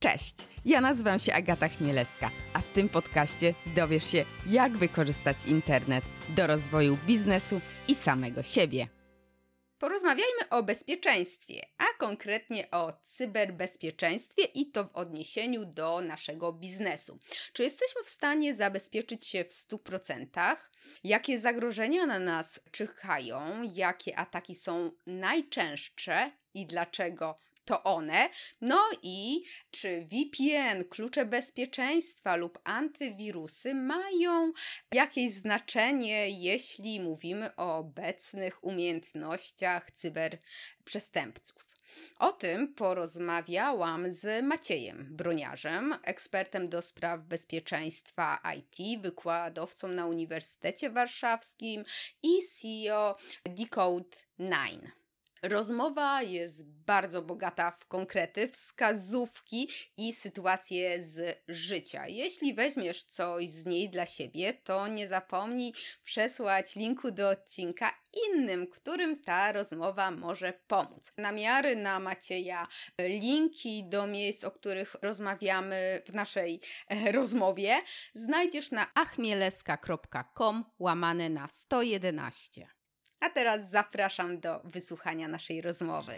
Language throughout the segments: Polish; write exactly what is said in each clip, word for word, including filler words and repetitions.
Cześć, ja nazywam się Agata Chmielewska, a w tym podcaście dowiesz się, jak wykorzystać internet do rozwoju biznesu i samego siebie. Porozmawiajmy o bezpieczeństwie, a konkretnie o cyberbezpieczeństwie i to w odniesieniu do naszego biznesu. Czy jesteśmy w stanie zabezpieczyć się w stu procentach? Jakie zagrożenia na nas czyhają? Jakie ataki są najczęstsze i dlaczego to one? No i czy V P N, klucze bezpieczeństwa lub antywirusy mają jakieś znaczenie, jeśli mówimy o obecnych umiejętnościach cyberprzestępców? O tym porozmawiałam z Maciejem Broniarzem, ekspertem do spraw bezpieczeństwa I T, wykładowcą na Uniwersytecie Warszawskim i C E O Decode dziewięć. Rozmowa jest bardzo bogata w konkrety, wskazówki i sytuacje z życia. Jeśli weźmiesz coś z niej dla siebie, to nie zapomnij przesłać linku do odcinka innym, którym ta rozmowa może pomóc. Namiary na Macieja, linki do miejsc, o których rozmawiamy w naszej e, rozmowie znajdziesz na achmielewska kropka com łamane na sto jedenaście. A teraz zapraszam do wysłuchania naszej rozmowy.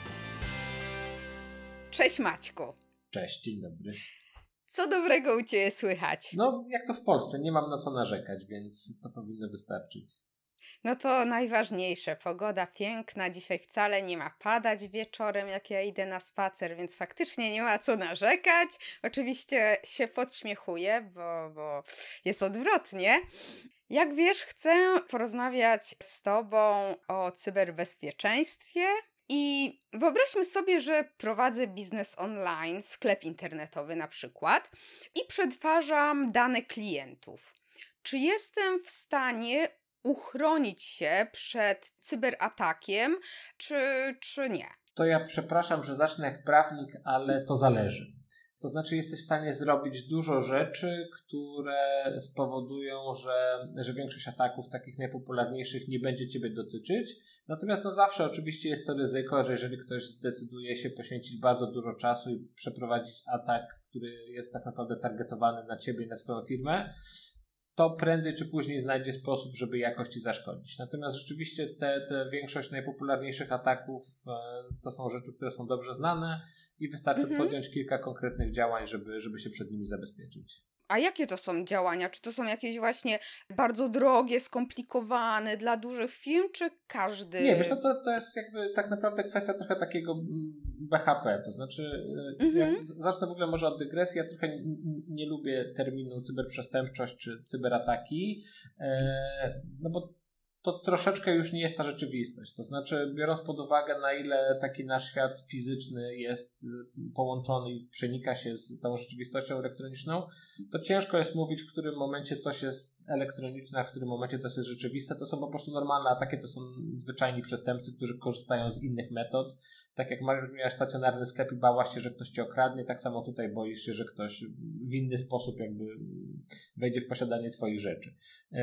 Cześć Maćku. Cześć, dzień dobry. Co dobrego u Ciebie słychać? No, jak to w Polsce, nie mam na co narzekać, więc to powinno wystarczyć. No to najważniejsze, pogoda piękna, dzisiaj wcale nie ma padać wieczorem, jak ja idę na spacer, więc faktycznie nie ma co narzekać. Oczywiście się podśmiechuję, bo, bo jest odwrotnie. Jak wiesz, chcę porozmawiać z Tobą o cyberbezpieczeństwie i wyobraźmy sobie, że prowadzę biznes online, sklep internetowy na przykład i przetwarzam dane klientów. Czy jestem w stanie uchronić się przed cyberatakiem, czy, czy nie? To ja przepraszam, że zacznę jak prawnik, ale to zależy. To znaczy jesteś w stanie zrobić dużo rzeczy, które spowodują, że, że większość ataków takich najpopularniejszych nie będzie Ciebie dotyczyć. Natomiast no zawsze oczywiście jest to ryzyko, że jeżeli ktoś zdecyduje się poświęcić bardzo dużo czasu i przeprowadzić atak, który jest tak naprawdę targetowany na Ciebie i na Twoją firmę, to prędzej czy później znajdzie sposób, żeby jakoś Ci zaszkodzić. Natomiast rzeczywiście te, te większość najpopularniejszych ataków e, to są rzeczy, które są dobrze znane i wystarczy mhm. podjąć kilka konkretnych działań, żeby, żeby się przed nimi zabezpieczyć. A jakie to są działania? Czy to są jakieś właśnie bardzo drogie, skomplikowane dla dużych firm, czy każdy? Nie, wiesz co, to, to jest jakby tak naprawdę kwestia trochę takiego B H P, to znaczy mhm. jak zacznę w ogóle może od dygresji, ja trochę nie, nie lubię terminu cyberprzestępczość czy cyberataki, e, no bo to troszeczkę już nie jest ta rzeczywistość. To znaczy, biorąc pod uwagę, na ile taki nasz świat fizyczny jest połączony i przenika się z tą rzeczywistością elektroniczną, to ciężko jest mówić, w którym momencie coś jest elektroniczne, a w którym momencie coś jest rzeczywiste. To są po prostu normalne ataki, to są zwyczajni przestępcy, którzy korzystają z innych metod. Tak jak miałeś stacjonarny sklep i bałaś się, że ktoś Cię okradnie, tak samo tutaj boisz się, że ktoś w inny sposób jakby wejdzie w posiadanie Twoich rzeczy.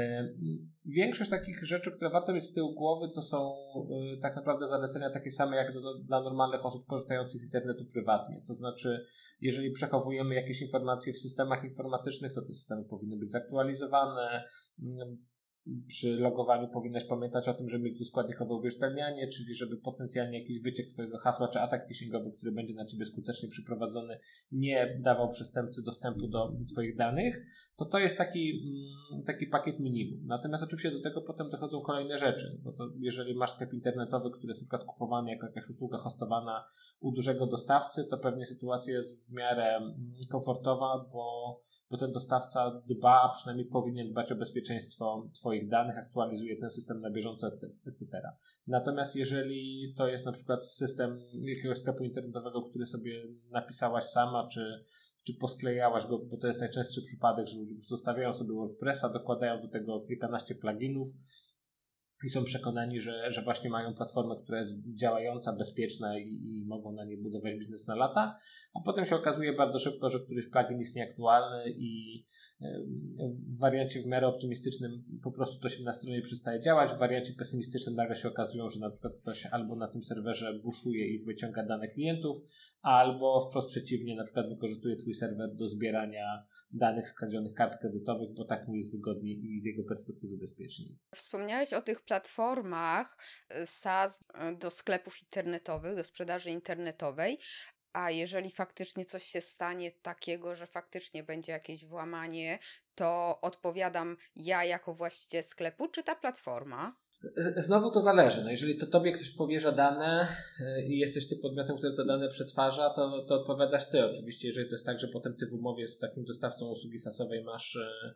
Większość takich rzeczy, które warto mieć z tyłu głowy, to są tak naprawdę zalecenia takie same jak do, dla normalnych osób korzystających z internetu prywatnie. To znaczy, jeżeli przechowujemy jakieś informacje w systemach informatycznych, to te systemy powinny być zaktualizowane. Przy logowaniu powinnaś pamiętać o tym, żeby mieć składnikowe uwierzytelnianie, czyli żeby potencjalnie jakiś wyciek Twojego hasła czy atak phishingowy, który będzie na Ciebie skutecznie przeprowadzony, nie dawał przestępcy dostępu do, do Twoich danych, to to jest taki, taki pakiet minimum. Natomiast oczywiście do tego potem dochodzą kolejne rzeczy, bo to jeżeli masz sklep internetowy, który jest na przykład kupowany jako jakaś usługa hostowana u dużego dostawcy, to pewnie sytuacja jest w miarę komfortowa, bo bo ten dostawca dba, a przynajmniej powinien dbać o bezpieczeństwo Twoich danych, aktualizuje ten system na bieżąco, et cetera. Natomiast jeżeli to jest na przykład system jakiegoś sklepu internetowego, który sobie napisałaś sama, czy, czy posklejałaś go, bo to jest najczęstszy przypadek, że ludzie po prostu stawiają sobie WordPressa, dokładają do tego kilkanaście pluginów i są przekonani, że, że właśnie mają platformę, która jest działająca, bezpieczna i, i mogą na niej budować biznes na lata, a potem się okazuje bardzo szybko, że któryś plugin jest nieaktualny i w wariancie w miarę optymistycznym po prostu to się na stronie przestaje działać, w wariancie pesymistycznym nagle się okazują, że na przykład ktoś albo na tym serwerze buszuje i wyciąga dane klientów, albo wprost przeciwnie, na przykład wykorzystuje twój serwer do zbierania danych skradzionych kart kredytowych, bo tak mu jest wygodniej i z jego perspektywy bezpieczniej. Wspomniałeś o tych platformach SaaS do sklepów internetowych, do sprzedaży internetowej. A jeżeli faktycznie coś się stanie takiego, że faktycznie będzie jakieś włamanie, to odpowiadam ja jako właściciel sklepu, czy ta platforma? Znowu to zależy. No jeżeli to tobie ktoś powierza dane i jesteś ty podmiotem, który te dane przetwarza, to, to odpowiadasz ty. Oczywiście, jeżeli to jest tak, że potem ty w umowie z takim dostawcą usługi sasowej masz,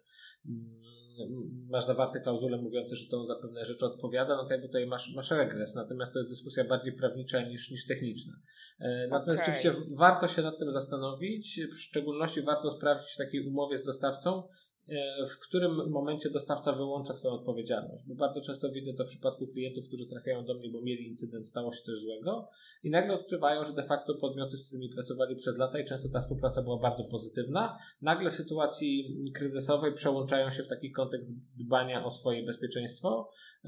masz zawarte klauzule mówiące, że to on za pewne rzeczy odpowiada, no to jakby tutaj masz, masz regres. Natomiast to jest dyskusja bardziej prawnicza niż, niż techniczna. Natomiast okay. Oczywiście warto się nad tym zastanowić. W szczególności warto sprawdzić w takiej umowie z dostawcą, w którym momencie dostawca wyłącza swoją odpowiedzialność. Bo bardzo często widzę to w przypadku klientów, którzy trafiają do mnie, bo mieli incydent, stało się coś złego i nagle odkrywają, że de facto podmioty, z którymi pracowali przez lata i często ta współpraca była bardzo pozytywna, nagle w sytuacji kryzysowej przełączają się w taki kontekst dbania o swoje bezpieczeństwo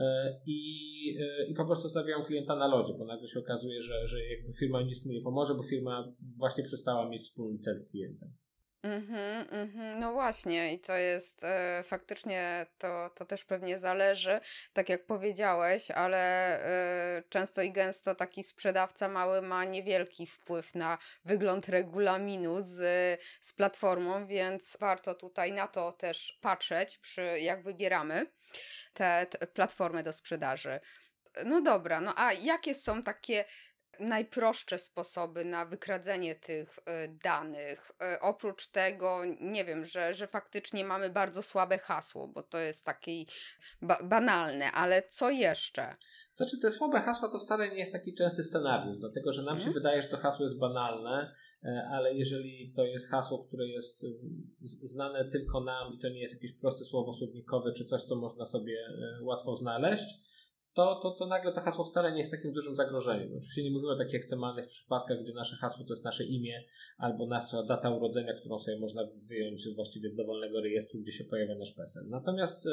i, i po prostu stawiają klienta na lodzie, bo nagle się okazuje, że, że jakby firma nic mu nie pomoże, bo firma właśnie przestała mieć wspólny cel z klientem. Mhm, mhm. No właśnie i to jest e, faktycznie to, to też pewnie zależy, tak jak powiedziałeś, ale e, często i gęsto taki sprzedawca mały ma niewielki wpływ na wygląd regulaminu z, z platformą, więc warto tutaj na to też patrzeć, przy, jak wybieramy te, te platformy do sprzedaży. No dobra, no a jakie są takie najprostsze sposoby na wykradzenie tych y, danych? Y, oprócz tego, nie wiem, że, że faktycznie mamy bardzo słabe hasło, bo to jest takie ba- banalne, ale co jeszcze? Znaczy, te słabe hasła to wcale nie jest taki częsty scenariusz, dlatego że nam hmm? się wydaje, że to hasło jest banalne, ale jeżeli to jest hasło, które jest znane tylko nam i to nie jest jakieś proste słowo słownikowe czy coś, co można sobie łatwo znaleźć, To, to, to nagle to hasło wcale nie jest takim dużym zagrożeniem. Oczywiście nie mówimy o takich ekstremalnych przypadkach, gdzie nasze hasło to jest nasze imię albo nasza data urodzenia, którą sobie można wyjąć właściwie z dowolnego rejestru, gdzie się pojawia nasz PESEL. Natomiast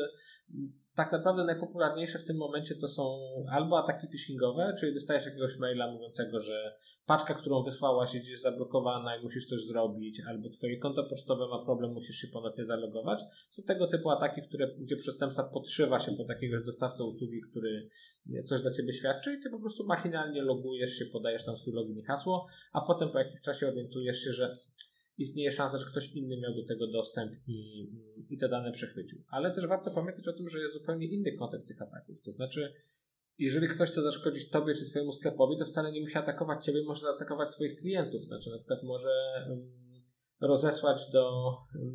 tak naprawdę najpopularniejsze w tym momencie to są albo ataki phishingowe, czyli dostajesz jakiegoś maila mówiącego, że paczka, którą wysłałaś jest gdzieś zablokowana i musisz coś zrobić, albo twoje konto pocztowe ma problem, musisz się ponownie zalogować. Są tego typu ataki, które, gdzie przestępca podszywa się pod jakiegoś dostawcę usługi, który coś dla ciebie świadczy i ty po prostu machinalnie logujesz się, podajesz tam swój login i hasło, a potem po jakimś czasie orientujesz się, że istnieje szansa, że ktoś inny miał do tego dostęp i, i te dane przechwycił. Ale też warto pamiętać o tym, że jest zupełnie inny kontekst tych ataków. To znaczy, jeżeli ktoś chce zaszkodzić tobie czy twojemu sklepowi, to wcale nie musi atakować ciebie, może zaatakować swoich klientów. Znaczy, na przykład może um, rozesłać do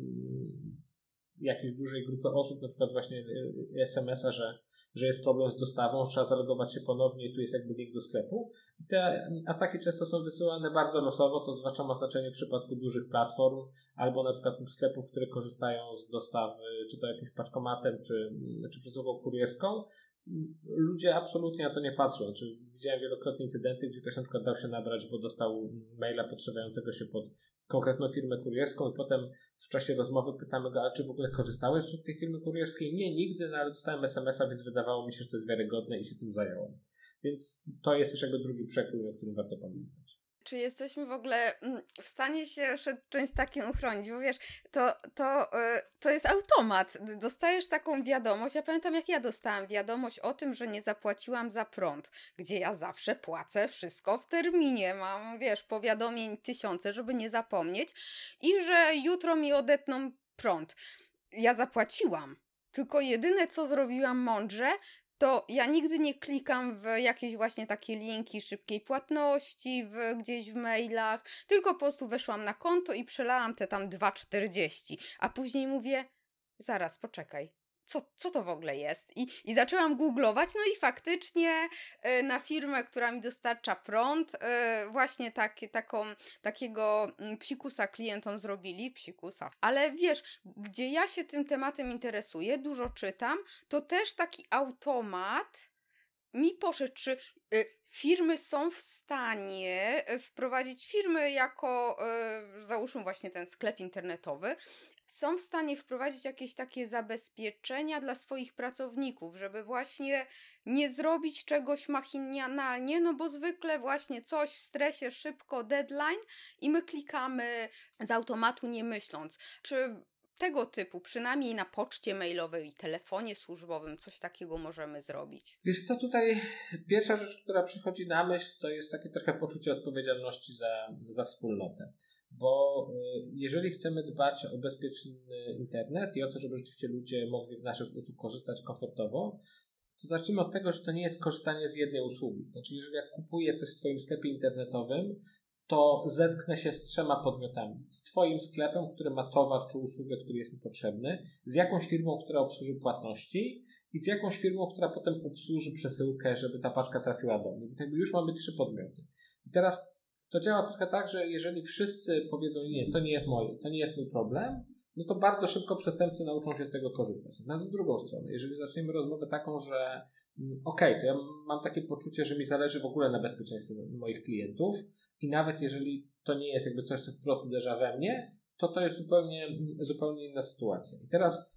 um, jakiejś dużej grupy osób, na przykład właśnie es em es a, że że jest problem z dostawą, trzeba zalogować się ponownie i tu jest jakby link do sklepu. I te ataki często są wysyłane bardzo losowo, to zwłaszcza ma znaczenie w przypadku dużych platform albo na przykład sklepów, które korzystają z dostawy, czy to jakimś paczkomatem, czy, czy przesyłką kurierską. Ludzie absolutnie na to nie patrzą. Znaczy, widziałem wielokrotnie incydenty, gdzie ktoś na przykład dał się nabrać, bo dostał maila podszywającego się pod konkretną firmę kurierską i potem w czasie rozmowy pytamy go, a czy w ogóle korzystałeś z tej firmy kurierskiej? Nie, nigdy, no ale dostałem es em es a, więc wydawało mi się, że to jest wiarygodne i się tym zająłem. Więc to jest też jakby drugi przekrój, o którym warto pamiętać. Czy jesteśmy w ogóle w stanie się przed czymś takim uchronić? Bo wiesz, to, to, to jest automat. Dostajesz taką wiadomość. Ja pamiętam, jak ja dostałam wiadomość o tym, że nie zapłaciłam za prąd, gdzie ja zawsze płacę wszystko w terminie. Mam, wiesz, powiadomień tysiące, żeby nie zapomnieć. I że jutro mi odetną prąd. Ja zapłaciłam. Tylko jedyne, co zrobiłam mądrze, to ja nigdy nie klikam w jakieś właśnie takie linki szybkiej płatności w, gdzieś w mailach, tylko po prostu weszłam na konto i przelałam te tam dwa czterdzieści, a później mówię, zaraz, poczekaj, co, co to w ogóle jest? I, i zaczęłam googlować, no i faktycznie y, na firmę, która mi dostarcza prąd, y, właśnie tak, taką, takiego y, psikusa klientom zrobili, psikusa. Ale wiesz, gdzie ja się tym tematem interesuję, dużo czytam, to też taki automat mi poszedł, czy y, firmy są w stanie wprowadzić, firmy jako, yy, załóżmy właśnie ten sklep internetowy, są w stanie wprowadzić jakieś takie zabezpieczenia dla swoich pracowników, żeby właśnie nie zrobić czegoś machinalnie, no bo zwykle właśnie coś w stresie, szybko, deadline i my klikamy z automatu nie myśląc. Czy tego typu, przynajmniej na poczcie mailowej i telefonie służbowym, coś takiego możemy zrobić? Wiesz co, tutaj pierwsza rzecz, która przychodzi na myśl, to jest takie trochę poczucie odpowiedzialności za, za wspólnotę. Bo jeżeli chcemy dbać o bezpieczny internet i o to, żeby rzeczywiście ludzie mogli w naszych usług korzystać komfortowo, to zacznijmy od tego, że to nie jest korzystanie z jednej usługi. Znaczy, jeżeli ja kupuję coś w swoim sklepie internetowym, to zetknę się z trzema podmiotami. Z Twoim sklepem, który ma towar czy usługę, który jest mi potrzebny, z jakąś firmą, która obsłuży płatności i z jakąś firmą, która potem obsłuży przesyłkę, żeby ta paczka trafiła do mnie. Więc jakby już mamy trzy podmioty. I teraz to działa trochę tak, że jeżeli wszyscy powiedzą, nie, to nie jest moje, to nie jest mój problem, no to bardzo szybko przestępcy nauczą się z tego korzystać. Na drugą stronę, jeżeli zaczniemy rozmowę taką, że okej, okay, to ja mam takie poczucie, że mi zależy w ogóle na bezpieczeństwie moich klientów i nawet jeżeli to nie jest jakby coś, co wprost uderza we mnie, to to jest zupełnie, zupełnie inna sytuacja. I teraz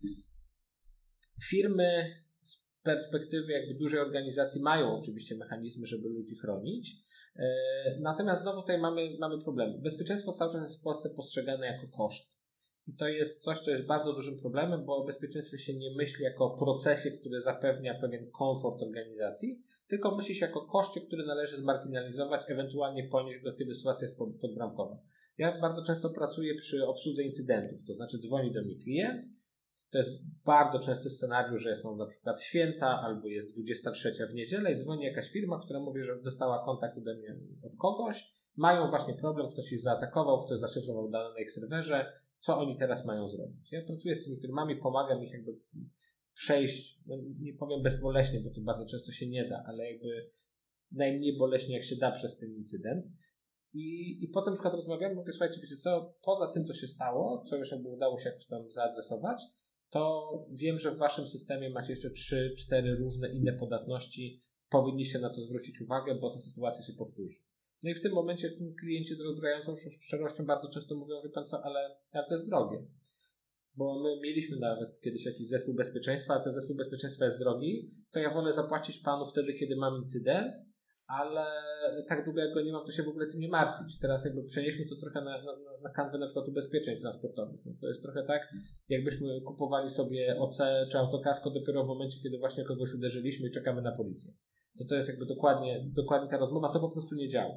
firmy z perspektywy jakby dużej organizacji mają oczywiście mechanizmy, żeby ludzi chronić. Natomiast znowu tutaj mamy, mamy problem. Bezpieczeństwo cały czas jest w Polsce postrzegane jako koszt. I to jest coś, co jest bardzo dużym problemem, bo o bezpieczeństwie się nie myśli jako o procesie, który zapewnia pewien komfort organizacji, tylko myśli się jako koszcie, który należy zmarginalizować, ewentualnie ponieść go, kiedy sytuacja jest podbramkowa. Ja bardzo często pracuję przy obsłudze incydentów, to znaczy dzwoni do mnie klient. To jest bardzo częsty scenariusz, że jest to na przykład święta albo jest dwudziesta trzecia w niedzielę i dzwoni jakaś firma, która mówi, że dostała kontakt ode mnie od kogoś. Mają właśnie problem, ktoś ich zaatakował, ktoś zaszyfrował dane na ich serwerze. Co oni teraz mają zrobić? Ja pracuję z tymi firmami, pomagam ich jakby przejść, no nie powiem bezboleśnie, bo to bardzo często się nie da, ale jakby najmniej boleśnie jak się da przez ten incydent. I, i potem na przykład rozmawiamy, mówię, słuchajcie, wiecie co, poza tym, co się stało, co już jakby udało się jakoś tam zaadresować, to wiem, że w waszym systemie macie jeszcze trzy, cztery różne inne podatności, powinniście na to zwrócić uwagę, bo ta sytuacja się powtórzy. No i w tym momencie klienci z rozbrajającą szczerością bardzo często mówią, wie pan co, ale, ale to jest drogie. Bo my mieliśmy nawet kiedyś jakiś zespół bezpieczeństwa, a ten zespół bezpieczeństwa jest drogi, to ja wolę zapłacić panu wtedy, kiedy mam incydent, ale tak długo jak go nie mam, to się w ogóle tym nie martwić. Teraz jakby przenieśmy to trochę na, na, na kanwę na przykład ubezpieczeń transportowych. No to jest trochę tak, jakbyśmy kupowali sobie O C czy autokasko dopiero w momencie, kiedy właśnie kogoś uderzyliśmy i czekamy na policję. To to jest jakby dokładnie, dokładnie ta rozmowa, to po prostu nie działa.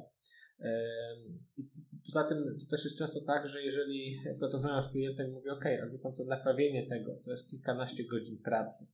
I poza tym to też jest często tak, że jeżeli ja rozmawiam z klientem i mówię, ok, ale wie pan co, naprawienie tego to jest kilkanaście godzin pracy,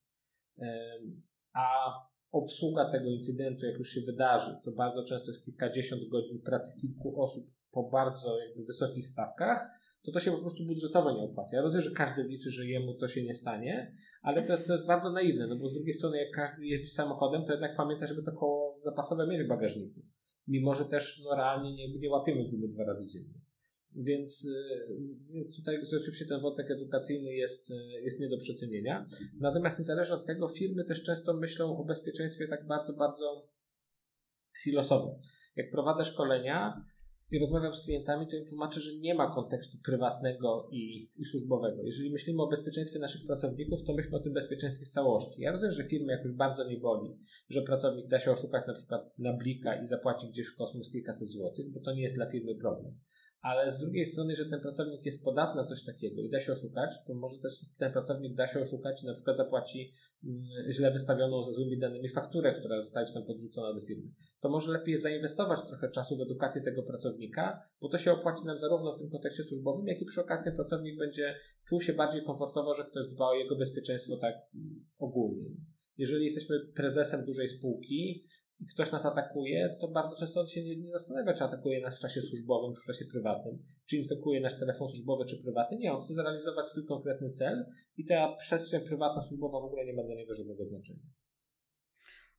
a obsługa tego incydentu, jak już się wydarzy, to bardzo często jest kilkadziesiąt godzin pracy kilku osób po bardzo jakby wysokich stawkach, to to się po prostu budżetowo nie opłaca. Ja rozumiem, że każdy liczy, że jemu to się nie stanie, ale to jest, to jest bardzo naiwne, no bo z drugiej strony jak każdy jeździ samochodem, to jednak pamięta, żeby to koło zapasowe mieć w bagażniku. Mimo, że też no, realnie nie, nie łapiemy gumy dwa razy dziennie. Więc, więc tutaj rzeczywiście ten wątek edukacyjny jest, jest nie do przecenienia. Natomiast niezależnie od tego firmy też często myślą o bezpieczeństwie tak bardzo, bardzo silosowo. Jak prowadzę szkolenia i rozmawiam z klientami, to im tłumaczę, że nie ma kontekstu prywatnego i, i służbowego. Jeżeli myślimy o bezpieczeństwie naszych pracowników, to myślmy o tym bezpieczeństwie w całości. Ja rozumiem, że firmy jakoś bardzo nie boli, że pracownik da się oszukać na przykład na blika i zapłaci gdzieś w kosmos kilkaset złotych, bo to nie jest dla firmy problem. Ale z drugiej strony, że ten pracownik jest podatny na coś takiego i da się oszukać, to może też ten pracownik da się oszukać i na przykład zapłaci mm, źle wystawioną ze złymi danymi fakturę, która zostaje tam podrzucona do firmy. To może lepiej zainwestować trochę czasu w edukację tego pracownika, bo to się opłaci nam zarówno w tym kontekście służbowym, jak i przy okazji ten pracownik będzie czuł się bardziej komfortowo, że ktoś dba o jego bezpieczeństwo tak ogólnie. Jeżeli jesteśmy prezesem dużej spółki i ktoś nas atakuje, to bardzo często on się nie, nie zastanawia, czy atakuje nas w czasie służbowym, czy w czasie prywatnym, czy infekuje nasz telefon służbowy, czy prywatny. Nie, on chce zrealizować swój konkretny cel i ta przestrzeń prywatna, służbowa w ogóle nie ma dla niego żadnego znaczenia.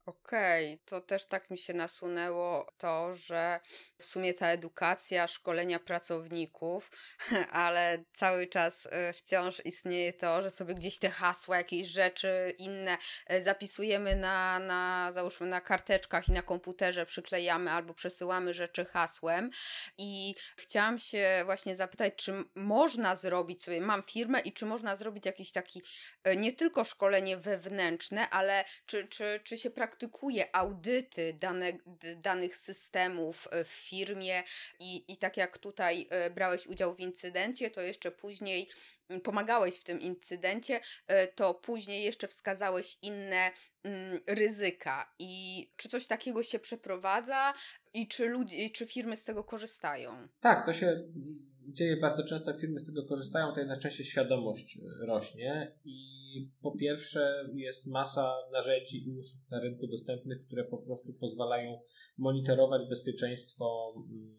Okej, to też tak mi się nasunęło to, że w sumie ta edukacja, szkolenia pracowników, ale cały czas e, wciąż istnieje to, że sobie gdzieś te hasła, jakieś rzeczy inne e, zapisujemy na, na, załóżmy na karteczkach i na komputerze przyklejamy albo przesyłamy rzeczy hasłem. I chciałam się właśnie zapytać, czy m- można zrobić sobie, mam firmę i czy można zrobić jakiś taki e, nie tylko szkolenie wewnętrzne, ale czy, czy, czy się praktykuje audyty dane, d- danych systemów e, w firmie i, i tak jak tutaj e, brałeś udział w incydencie, to jeszcze później mm, pomagałeś w tym incydencie, e, to później jeszcze wskazałeś inne mm, ryzyka. I czy coś takiego się przeprowadza i czy ludzie, czy firmy z tego korzystają? Tak, to się dzieje bardzo często, firmy z tego korzystają, tutaj na szczęście świadomość rośnie i po pierwsze jest masa narzędzi i usług na rynku dostępnych, które po prostu pozwalają monitorować bezpieczeństwo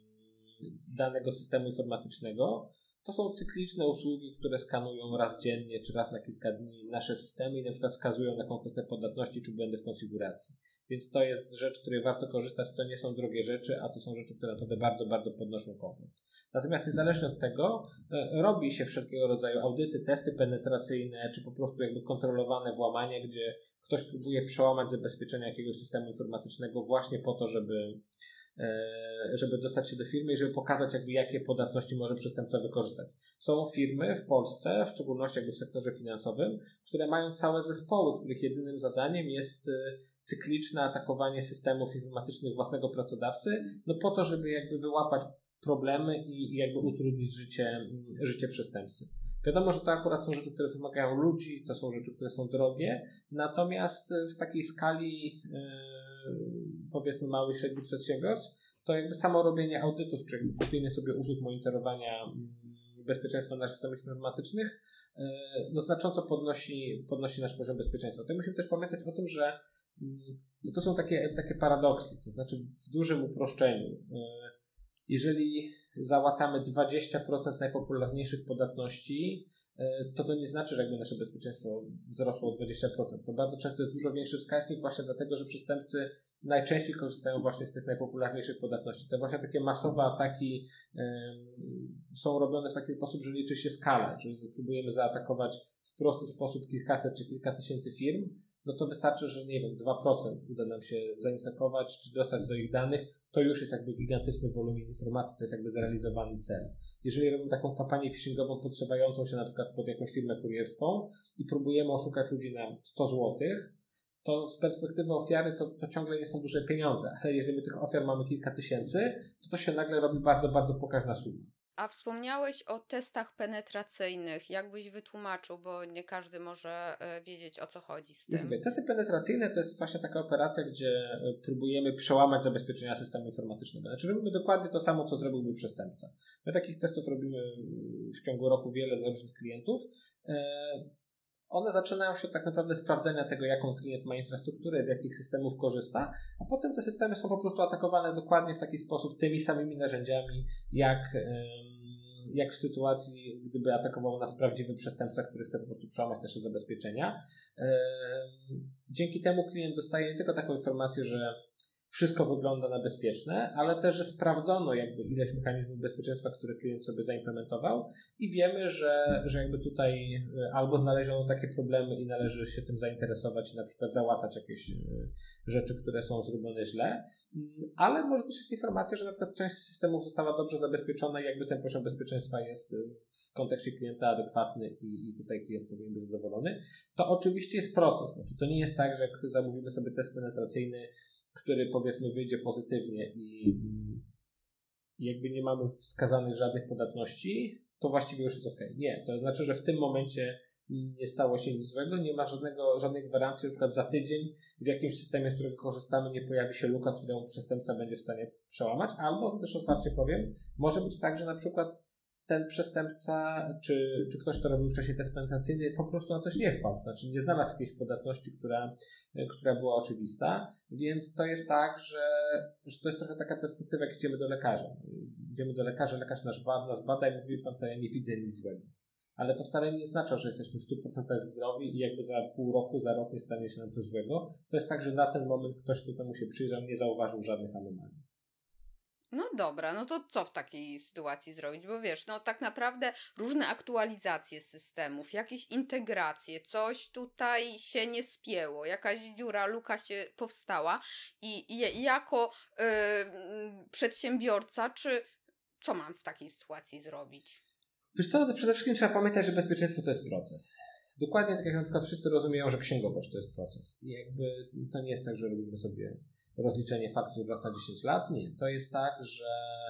danego systemu informatycznego. To są cykliczne usługi, które skanują raz dziennie czy raz na kilka dni nasze systemy i na przykład wskazują na konkretne podatności czy błędy w konfiguracji. Więc to jest rzecz, z której warto korzystać. To nie są drogie rzeczy, a to są rzeczy, które naprawdę bardzo, bardzo podnoszą komfort. Natomiast niezależnie od tego e, robi się wszelkiego rodzaju audyty, testy penetracyjne, czy po prostu jakby kontrolowane włamanie, gdzie ktoś próbuje przełamać zabezpieczenia jakiegoś systemu informatycznego właśnie po to, żeby, e, żeby dostać się do firmy i żeby pokazać jakby jakie podatności może przestępca wykorzystać. Są firmy w Polsce, w szczególności jakby w sektorze finansowym, które mają całe zespoły, których jedynym zadaniem jest e, cykliczne atakowanie systemów informatycznych własnego pracodawcy, no po to, żeby jakby wyłapać problemy i jakby utrudnić życie, życie przestępcy. Wiadomo, że to akurat są rzeczy, które wymagają ludzi, to są rzeczy, które są drogie, natomiast w takiej skali yy, powiedzmy małych, średnich przedsiębiorstw, to jakby samo robienie audytów, czy jakby kupienie sobie usług monitorowania yy, bezpieczeństwa naszych systemów informatycznych, yy, no znacząco podnosi, podnosi nasz poziom bezpieczeństwa. Tutaj musimy też pamiętać o tym, że no to są takie, takie paradoksy, to znaczy w dużym uproszczeniu. Jeżeli załatamy dwadzieścia procent najpopularniejszych podatności, to to nie znaczy, że jakby nasze bezpieczeństwo wzrosło o dwadzieścia procent. To bardzo często jest dużo większy wskaźnik właśnie dlatego, że przestępcy najczęściej korzystają właśnie z tych najpopularniejszych podatności. Te właśnie takie masowe ataki y, są robione w taki sposób, że liczy się skala. Jeżeli próbujemy zaatakować w prosty sposób kilkaset czy kilka tysięcy firm, no to wystarczy, że nie wiem, dwa procent uda nam się zainfekować czy dostać do ich danych, to już jest jakby gigantyczny wolumin informacji, to jest jakby zrealizowany cel. Jeżeli robimy taką kampanię phishingową podszywającą się na przykład pod jakąś firmę kurierską i próbujemy oszukać ludzi na sto złotych, to z perspektywy ofiary to, to ciągle nie są duże pieniądze, ale jeżeli my tych ofiar mamy kilka tysięcy, to to się nagle robi bardzo, bardzo pokaźna suma. A wspomniałeś o testach penetracyjnych. Jakbyś wytłumaczył, bo nie każdy może wiedzieć, o co chodzi z tym. Mówię, testy penetracyjne to jest właśnie taka operacja, gdzie próbujemy przełamać zabezpieczenia systemu informatycznego. Znaczy robimy dokładnie to samo, co zrobiłby przestępca. My takich testów robimy w ciągu roku wiele dla różnych klientów. One zaczynają się tak naprawdę sprawdzenia tego, jaką klient ma infrastrukturę, z jakich systemów korzysta, a potem te systemy są po prostu atakowane dokładnie w taki sposób tymi samymi narzędziami, jak, jak w sytuacji, gdyby atakował nas prawdziwy przestępca, który chce po prostu przełamać nasze zabezpieczenia. Dzięki temu klient dostaje nie tylko taką informację, że wszystko wygląda na bezpieczne, ale też, że sprawdzono jakby ileś mechanizmów bezpieczeństwa, które klient sobie zaimplementował i wiemy, że, że jakby tutaj albo znaleziono takie problemy i należy się tym zainteresować i na przykład załatać jakieś rzeczy, które są zrobione źle, ale może też jest informacja, że na przykład część systemów została dobrze zabezpieczona i jakby ten poziom bezpieczeństwa jest w kontekście klienta adekwatny i, i tutaj klient powinien być zadowolony. To oczywiście jest proces, znaczy to nie jest tak, że jak zamówimy sobie test penetracyjny, który powiedzmy wyjdzie pozytywnie i, i jakby nie mamy wskazanych żadnych podatności, to właściwie już jest ok. Nie, to znaczy, że w tym momencie nie stało się nic złego, nie ma żadnego, żadnej gwarancji, na przykład za tydzień w jakimś systemie, z którego korzystamy, nie pojawi się luka, którą przestępca będzie w stanie przełamać, albo też otwarcie powiem, może być tak, że na przykład ten przestępca, czy, czy ktoś, kto robił wcześniej test penetracyjny, po prostu na coś nie wpadł. Znaczy nie znalazł jakiejś podatności, która, która była oczywista. Więc to jest tak, że, że to jest trochę taka perspektywa, jak idziemy do lekarza. Idziemy do lekarza, lekarz nas bada, nas bada i mówi, pan co, ja nie widzę nic złego. ale to wcale nie oznacza, że jesteśmy w stu procentach zdrowi i jakby za pół roku, za rok nie stanie się nam coś złego. To jest tak, że na ten moment ktoś, kto temu się przyjrzał, nie zauważył żadnych anomalii. No dobra, no to co w takiej sytuacji zrobić? Bo wiesz, no tak naprawdę różne aktualizacje systemów, jakieś integracje, coś tutaj się nie spięło, jakaś dziura, luka się powstała i, i jako yy, przedsiębiorca, czy co mam w takiej sytuacji zrobić? Wiesz co, to przede wszystkim trzeba pamiętać, że bezpieczeństwo to jest proces. Dokładnie tak jak na przykład wszyscy rozumieją, że księgowość to jest proces. I jakby to nie jest tak, że robimy sobie rozliczenie faktur raz na dziesięć lat. Nie. To jest tak, że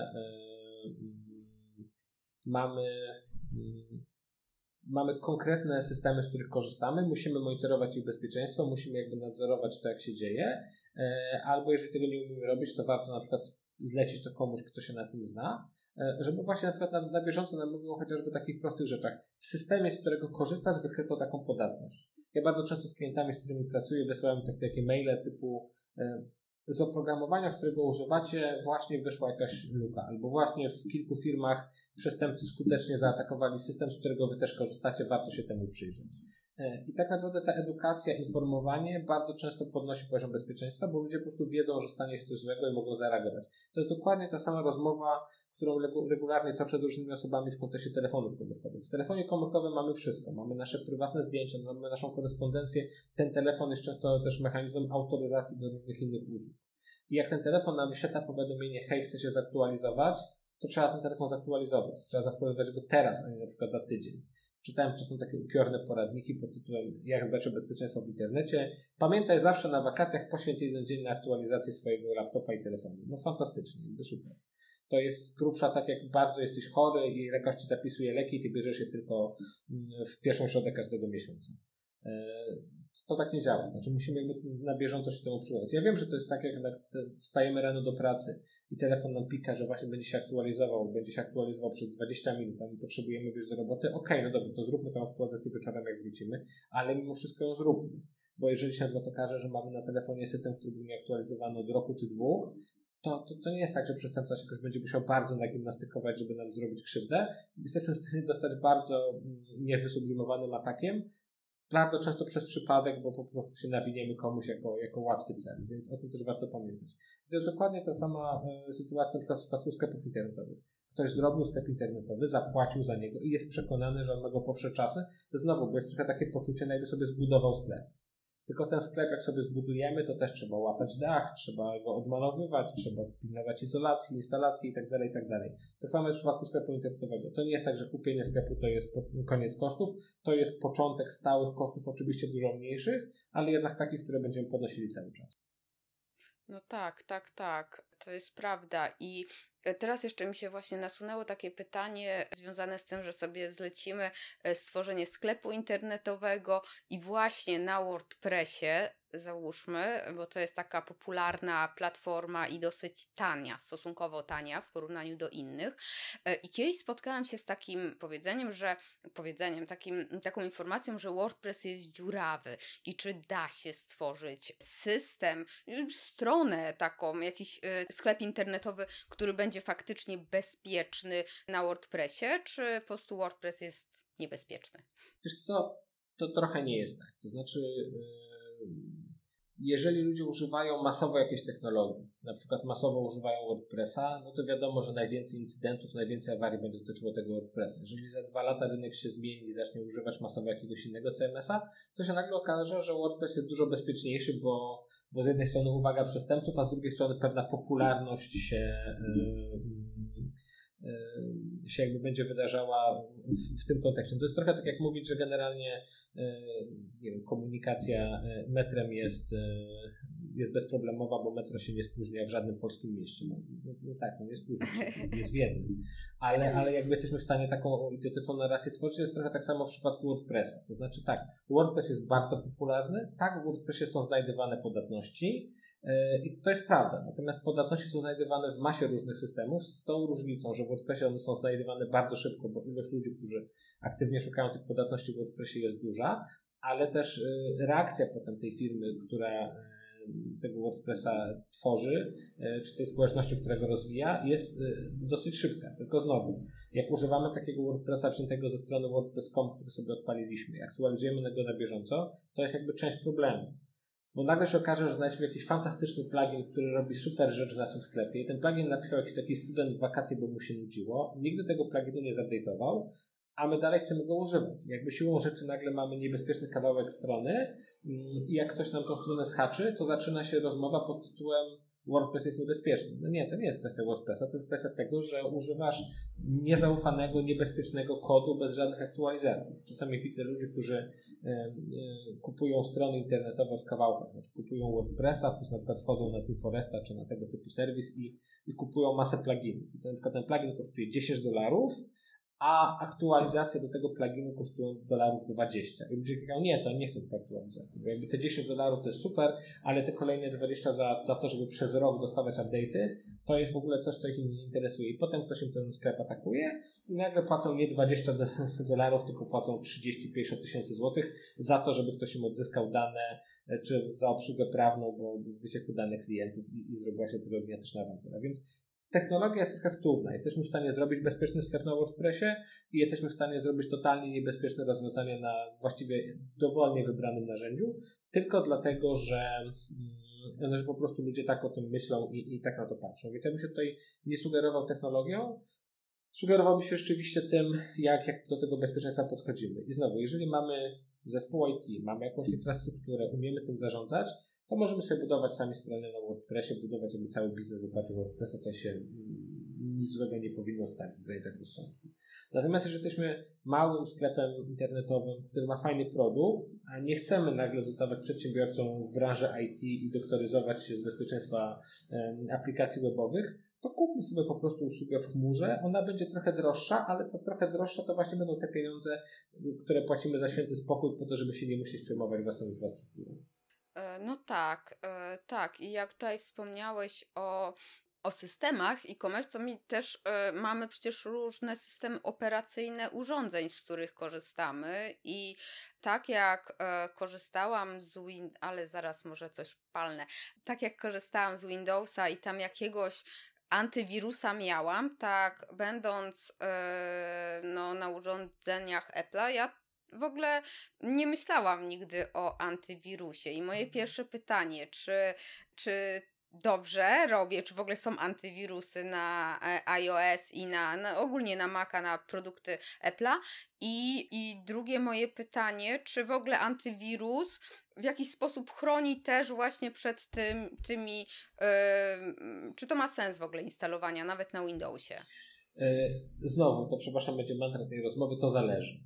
yy, mamy, yy, mamy konkretne systemy, z których korzystamy. Musimy monitorować ich bezpieczeństwo, musimy jakby nadzorować to, jak się dzieje. Yy, albo jeżeli tego nie umiemy robić, to warto na przykład zlecić to komuś, kto się na tym zna. Żeby właśnie na przykład na, na bieżąco nam mówiło chociażby o takich prostych rzeczach. W systemie, z którego korzystasz, wykryto taką podatność. Ja bardzo często z klientami, z którymi pracuję, wysyłam takie, takie maile typu e, z oprogramowania, którego używacie, właśnie wyszła jakaś luka. Albo właśnie w kilku firmach przestępcy skutecznie zaatakowali system, z którego wy też korzystacie, warto się temu przyjrzeć. E, I tak naprawdę ta edukacja, informowanie bardzo często podnosi poziom bezpieczeństwa, bo ludzie po prostu wiedzą, że stanie się coś złego i mogą zareagować. To jest dokładnie ta sama rozmowa, którą regularnie toczę z różnymi osobami w kontekście telefonów komórkowych. W telefonie komórkowym mamy wszystko. Mamy nasze prywatne zdjęcia, mamy naszą korespondencję. Ten telefon jest często też mechanizmem autoryzacji do różnych innych usług. I jak ten telefon nam wyświetla powiadomienie, hej, chce się zaktualizować, to trzeba ten telefon zaktualizować. Trzeba zaktualizować go teraz, a nie na przykład za tydzień. Czytałem czasem takie upiorne poradniki pod tytułem jak dbać o bezpieczeństwo w internecie. Pamiętaj zawsze na wakacjach poświęć jeden dzień na aktualizację swojego laptopa i telefonu. No fantastycznie, jakby super. To jest grubsza, tak jak bardzo jesteś chory i lekarz ci zapisuje leki i ty bierzesz je tylko w pierwszą środę każdego miesiąca. To tak nie działa. Znaczy musimy jakby na bieżąco się temu przygotować. Ja wiem, że to jest tak, jak wstajemy rano do pracy i telefon nam pika, że właśnie będzie się aktualizował, będzie się aktualizował przez dwadzieścia minut, a my potrzebujemy wyjść do roboty. Okej, okay, no dobrze, to zróbmy tę aktualizację wieczorem, jak wrócimy, ale mimo wszystko ją zróbmy. Bo jeżeli się na przykład okaże, że mamy na telefonie system, który był nieaktualizowany od roku czy dwóch, To, to, to nie jest tak, że przestępca się jakoś będzie musiał bardzo nagimnastykować, żeby nam zrobić krzywdę. Jesteśmy w stanie dostać bardzo niewysublimowanym atakiem, bardzo często przez przypadek, bo po prostu się nawiniemy komuś jako, jako łatwy cel, więc o tym też warto pamiętać. To jest dokładnie ta sama e, sytuacja na przykład w przypadku sklepów internetowych. Ktoś zrobił sklep internetowy, zapłacił za niego i jest przekonany, że on ma go po wsze czasy. Znowu, bo jest trochę takie poczucie, jakby sobie zbudował sklep. Tylko ten sklep, jak sobie zbudujemy, to też trzeba łatać dach, trzeba go odmalowywać, trzeba pilnować izolacji, instalacji itd., itd. Tak samo jest w przypadku sklepu internetowego. To nie jest tak, że kupienie sklepu to jest koniec kosztów, to jest początek stałych kosztów, oczywiście dużo mniejszych, ale jednak takich, które będziemy podnosili cały czas. No tak, tak, tak. To jest prawda. I teraz jeszcze mi się właśnie nasunęło takie pytanie związane z tym, że sobie zlecimy stworzenie sklepu internetowego i właśnie na WordPressie, załóżmy, bo to jest taka popularna platforma i dosyć tania, stosunkowo tania w porównaniu do innych. I kiedyś spotkałam się z takim powiedzeniem, że powiedzeniem, takim, taką informacją, że WordPress jest dziurawy i czy da się stworzyć system, stronę taką, jakiś sklep internetowy, który będzie faktycznie bezpieczny na WordPressie, czy po prostu WordPress jest niebezpieczny? Wiesz co, to trochę nie jest tak. To znaczy, yy, jeżeli ludzie używają masowo jakiejś technologii, na przykład masowo używają WordPressa, no to wiadomo, że najwięcej incydentów, najwięcej awarii będzie dotyczyło tego WordPressa. Jeżeli za dwa lata rynek się zmieni i zacznie używać masowo jakiegoś innego C M S a, to się nagle okaże, że WordPress jest dużo bezpieczniejszy, bo Bo z jednej strony uwaga przestępców, a z drugiej strony pewna popularność się, yy, yy, się jakby będzie wydarzała w, w tym kontekście. To jest trochę tak jak mówić, że generalnie yy, nie wiem, komunikacja metrem jest, yy, jest bezproblemowa, bo metro się nie spóźnia w żadnym polskim mieście. No, no, no tak, no nie spóźnia się, jest w jednym. Ale, ale jakby jesteśmy w stanie taką idiotyczną narrację tworzyć, jest trochę tak samo w przypadku WordPressa. To znaczy tak, WordPress jest bardzo popularny, tak w WordPressie są znajdywane podatności yy, i to jest prawda. Natomiast podatności są znajdywane w masie różnych systemów z tą różnicą, że w WordPressie one są znajdywane bardzo szybko, bo ilość ludzi, którzy aktywnie szukają tych podatności w WordPressie jest duża, ale też yy, reakcja potem tej firmy, która tego WordPressa tworzy, czy tej społeczności, która go rozwija, jest dosyć szybka. Tylko znowu, jak używamy takiego WordPressa wziętego ze strony WordPress kropka com, który sobie odpaliliśmy i aktualizujemy go na bieżąco, to jest jakby część problemu. Bo nagle się okaże, że znaleźliśmy jakiś fantastyczny plugin, który robi super rzecz w naszym sklepie i ten plugin napisał jakiś taki student w wakacje, bo mu się nudziło. Nigdy tego pluginu nie zupdate'ował, a my dalej chcemy go używać. Jakby siłą rzeczy nagle mamy niebezpieczny kawałek strony i jak ktoś nam tą stronę schaczy, to zaczyna się rozmowa pod tytułem WordPress jest niebezpieczny. No nie, to nie jest kwestia WordPressa, to jest kwestia tego, że używasz niezaufanego, niebezpiecznego kodu bez żadnych aktualizacji. Czasami widzę ludzi, którzy y, y, kupują strony internetowe w kawałkach, znaczy kupują WordPressa, plus na przykład wchodzą na TeamForesta czy na tego typu serwis i, i kupują masę pluginów. I to na przykład ten plugin kosztuje dziesięć dolarów, a aktualizacje do tego pluginu kosztują dolarów dwadzieścia. I ludzie mówią, nie, to nie chcą tej aktualizacji, bo jakby te dziesięć dolarów to jest super, ale te kolejne dwadzieścia za, za to, żeby przez rok dostawać update'y, to jest w ogóle coś, co ich nie interesuje. I potem ktoś im ten sklep atakuje i nagle płacą nie dwadzieścia dolarów, tylko płacą trzydzieści do pięćdziesięciu tysięcy złotych za to, żeby ktoś im odzyskał dane, czy za obsługę prawną, bo wyciekły dane klientów i, i zrobiła się tego dnia też awantura. Więc technologia jest trochę wtórna. Jesteśmy w stanie zrobić bezpieczny sklep na WordPressie i jesteśmy w stanie zrobić totalnie niebezpieczne rozwiązanie na właściwie dowolnie wybranym narzędziu, tylko dlatego, że, że po prostu ludzie tak o tym myślą i, i tak na to patrzą. Więc ja bym się tutaj nie sugerował technologią, sugerowałbym się rzeczywiście tym, jak, jak do tego bezpieczeństwa podchodzimy. I znowu, jeżeli mamy zespół I T, mamy jakąś infrastrukturę, umiemy tym zarządzać, to możemy sobie budować sami strony na WordPressie, budować jakby cały biznes oparty WordPressa, to się nic złego nie powinno stać w granicach rozsądku. Natomiast jeżeli jesteśmy małym sklepem internetowym, który ma fajny produkt, a nie chcemy nagle zostawać przedsiębiorcą w branży I T i doktoryzować się z bezpieczeństwa um, aplikacji webowych, to kupmy sobie po prostu usługę w chmurze. Ona będzie trochę droższa, ale ta trochę droższa to właśnie będą te pieniądze, które płacimy za święty spokój po to, żeby się nie musieć przejmować własną infrastrukturą. No tak, tak. I jak tutaj wspomniałeś o, o systemach e-commerce, to mi też mamy przecież różne systemy operacyjne urządzeń, z których korzystamy i tak jak korzystałam z Win, ale zaraz może coś palnę, tak jak korzystałam z Windowsa i tam jakiegoś antywirusa miałam, tak będąc no, na urządzeniach Apple'a, ja w ogóle nie myślałam nigdy o antywirusie i moje pierwsze pytanie, czy, czy dobrze robię, czy w ogóle są antywirusy na iOS i na, na ogólnie na Maca, na produkty Apple'a i, i drugie moje pytanie, czy w ogóle antywirus w jakiś sposób chroni też właśnie przed tym, tymi, yy, czy to ma sens w ogóle instalowania nawet na Windowsie? Znowu, to przepraszam, będzie mantra tej rozmowy, to zależy.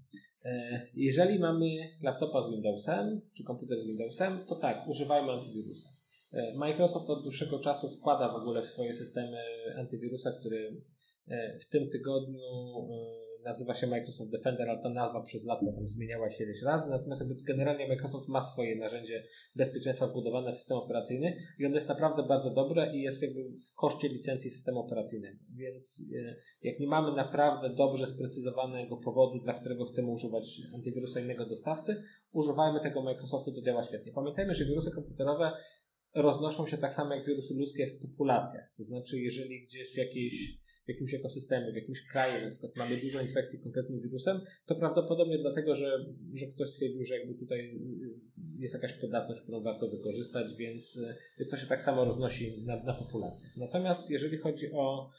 Jeżeli mamy laptopa z Windowsem, czy komputer z Windowsem, to tak, używajmy antywirusa. Microsoft od dłuższego czasu wkłada w ogóle w swoje systemy antywirusa, który w tym tygodniu nazywa się Microsoft Defender, ale ta nazwa przez lata tam zmieniała się ileś razy, natomiast jakby generalnie Microsoft ma swoje narzędzie bezpieczeństwa wbudowane w system operacyjny i ono jest naprawdę bardzo dobre i jest jakby w koszcie licencji systemu operacyjnego, więc jak nie mamy naprawdę dobrze sprecyzowanego powodu, dla którego chcemy używać antywirusa innego dostawcy, używajmy tego Microsoftu, to działa świetnie. Pamiętajmy, że wirusy komputerowe roznoszą się tak samo jak wirusy ludzkie w populacjach, to znaczy jeżeli gdzieś w jakiejś w jakimś ekosystemie, w jakimś kraju, na przykład mamy dużo infekcji konkretnym wirusem, to prawdopodobnie dlatego, że, że ktoś stwierdził, że jakby tutaj jest jakaś podatność, którą warto wykorzystać, więc, więc to się tak samo roznosi na, na populację. Natomiast jeżeli chodzi o,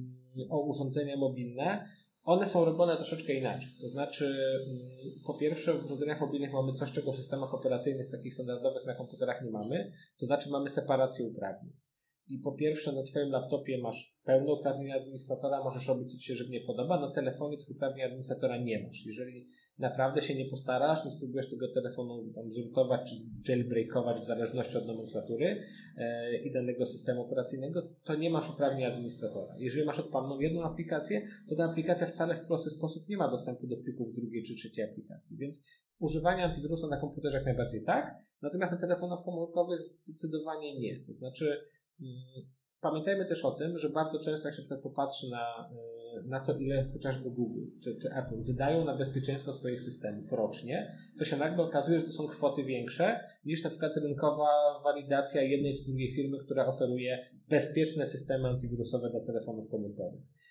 o urządzenia mobilne, one są robione troszeczkę inaczej. To znaczy, po pierwsze, w urządzeniach mobilnych mamy coś, czego w systemach operacyjnych takich standardowych na komputerach nie mamy, to znaczy mamy separację uprawnień. I po pierwsze, na Twoim laptopie masz pełne uprawnienia administratora, możesz robić, co Ci się żywnie podoba. Na telefonie tych uprawnień administratora nie masz. Jeżeli naprawdę się nie postarasz, nie spróbujesz tego telefonu tam zrutować czy jailbreakować w zależności od nomenklatury e, i danego systemu operacyjnego, to nie masz uprawnień administratora. Jeżeli masz odpaloną jedną aplikację, to ta aplikacja wcale w prosty sposób nie ma dostępu do plików drugiej czy trzeciej aplikacji. Więc używanie antywirusa na komputerze jak najbardziej tak, natomiast na telefonach komórkowych zdecydowanie nie. To znaczy pamiętajmy też o tym, że bardzo często jak się na przykład popatrzy na, na to, ile chociażby Google czy, czy Apple wydają na bezpieczeństwo swoich systemów rocznie, to się nagle okazuje, że to są kwoty większe niż na przykład rynkowa walidacja jednej czy drugiej firmy, która oferuje bezpieczne systemy antywirusowe dla telefonów komórkowych.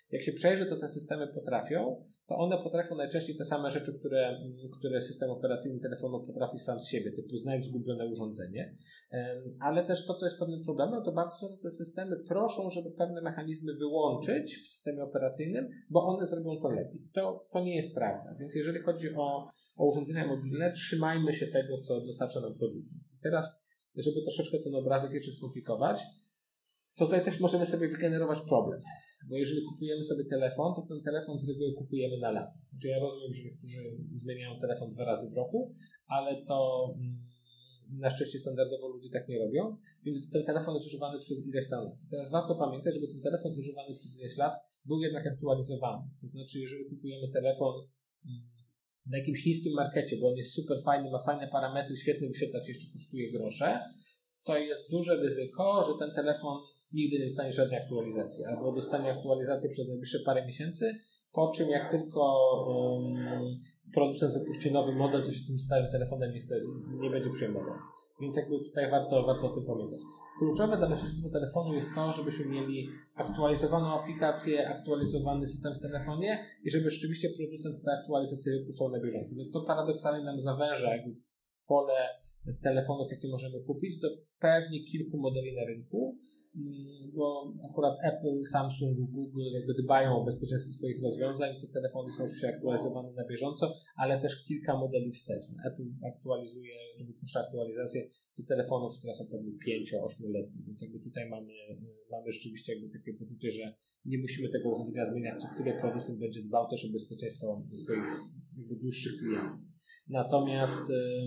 Jak się przejrzy, to te systemy potrafią, to one potrafią najczęściej te same rzeczy, które, które system operacyjny telefonu potrafi sam z siebie, typu znajdź zgubione urządzenie, ale też to, co jest pewnym problemem, to bardzo często te systemy proszą, żeby pewne mechanizmy wyłączyć w systemie operacyjnym, bo one zrobią to lepiej. To, to nie jest prawda, więc jeżeli chodzi o, o urządzenia mobilne, trzymajmy się tego, co dostarcza nam producent. I teraz, żeby troszeczkę ten obrazek jeszcze skomplikować, to tutaj też możemy sobie wygenerować problem. Bo jeżeli kupujemy sobie telefon, to ten telefon z reguły kupujemy na lata. Znaczy ja rozumiem, że niektórzy zmieniają telefon dwa razy w roku, ale to mm, na szczęście standardowo ludzie tak nie robią, więc ten telefon jest używany przez ileś tam lat. Teraz warto pamiętać, żeby ten telefon używany przez ileś lat był jednak aktualizowany. To znaczy, jeżeli kupujemy telefon mm, na jakimś chińskim markecie, bo on jest super fajny, ma fajne parametry, świetny wyświetlacz, jeszcze kosztuje grosze, to jest duże ryzyko, że ten telefon nigdy nie dostanie żadnej aktualizacji, albo dostanie aktualizację przez najbliższe parę miesięcy, po czym jak tylko um, producent wypuści nowy model, to się tym starym telefonem nie, chce, nie będzie przejmował. Więc jakby tutaj warto, warto o tym pamiętać. Kluczowe dla bezpieczeństwa telefonu jest to, żebyśmy mieli aktualizowaną aplikację, aktualizowany system w telefonie i żeby rzeczywiście producent te aktualizacje wypuszczał na bieżąco. Więc to paradoksalnie nam zawęża jakby pole telefonów, jakie możemy kupić, do pewnie kilku modeli na rynku, bo akurat Apple, Samsung, Google jakby dbają o bezpieczeństwo swoich rozwiązań, te telefony są oczywiście aktualizowane na bieżąco, ale też kilka modeli wstecznych. Apple aktualizuje, czy wypuszcza aktualizacje do telefonów, które są pewnie pięcio-ośmioletnie, więc jakby tutaj mamy, mamy rzeczywiście jakby takie poczucie, że nie musimy tego urządzenia zmieniać co chwilę, producent będzie dbał też o bezpieczeństwo swoich jakby dłuższych klientów. Natomiast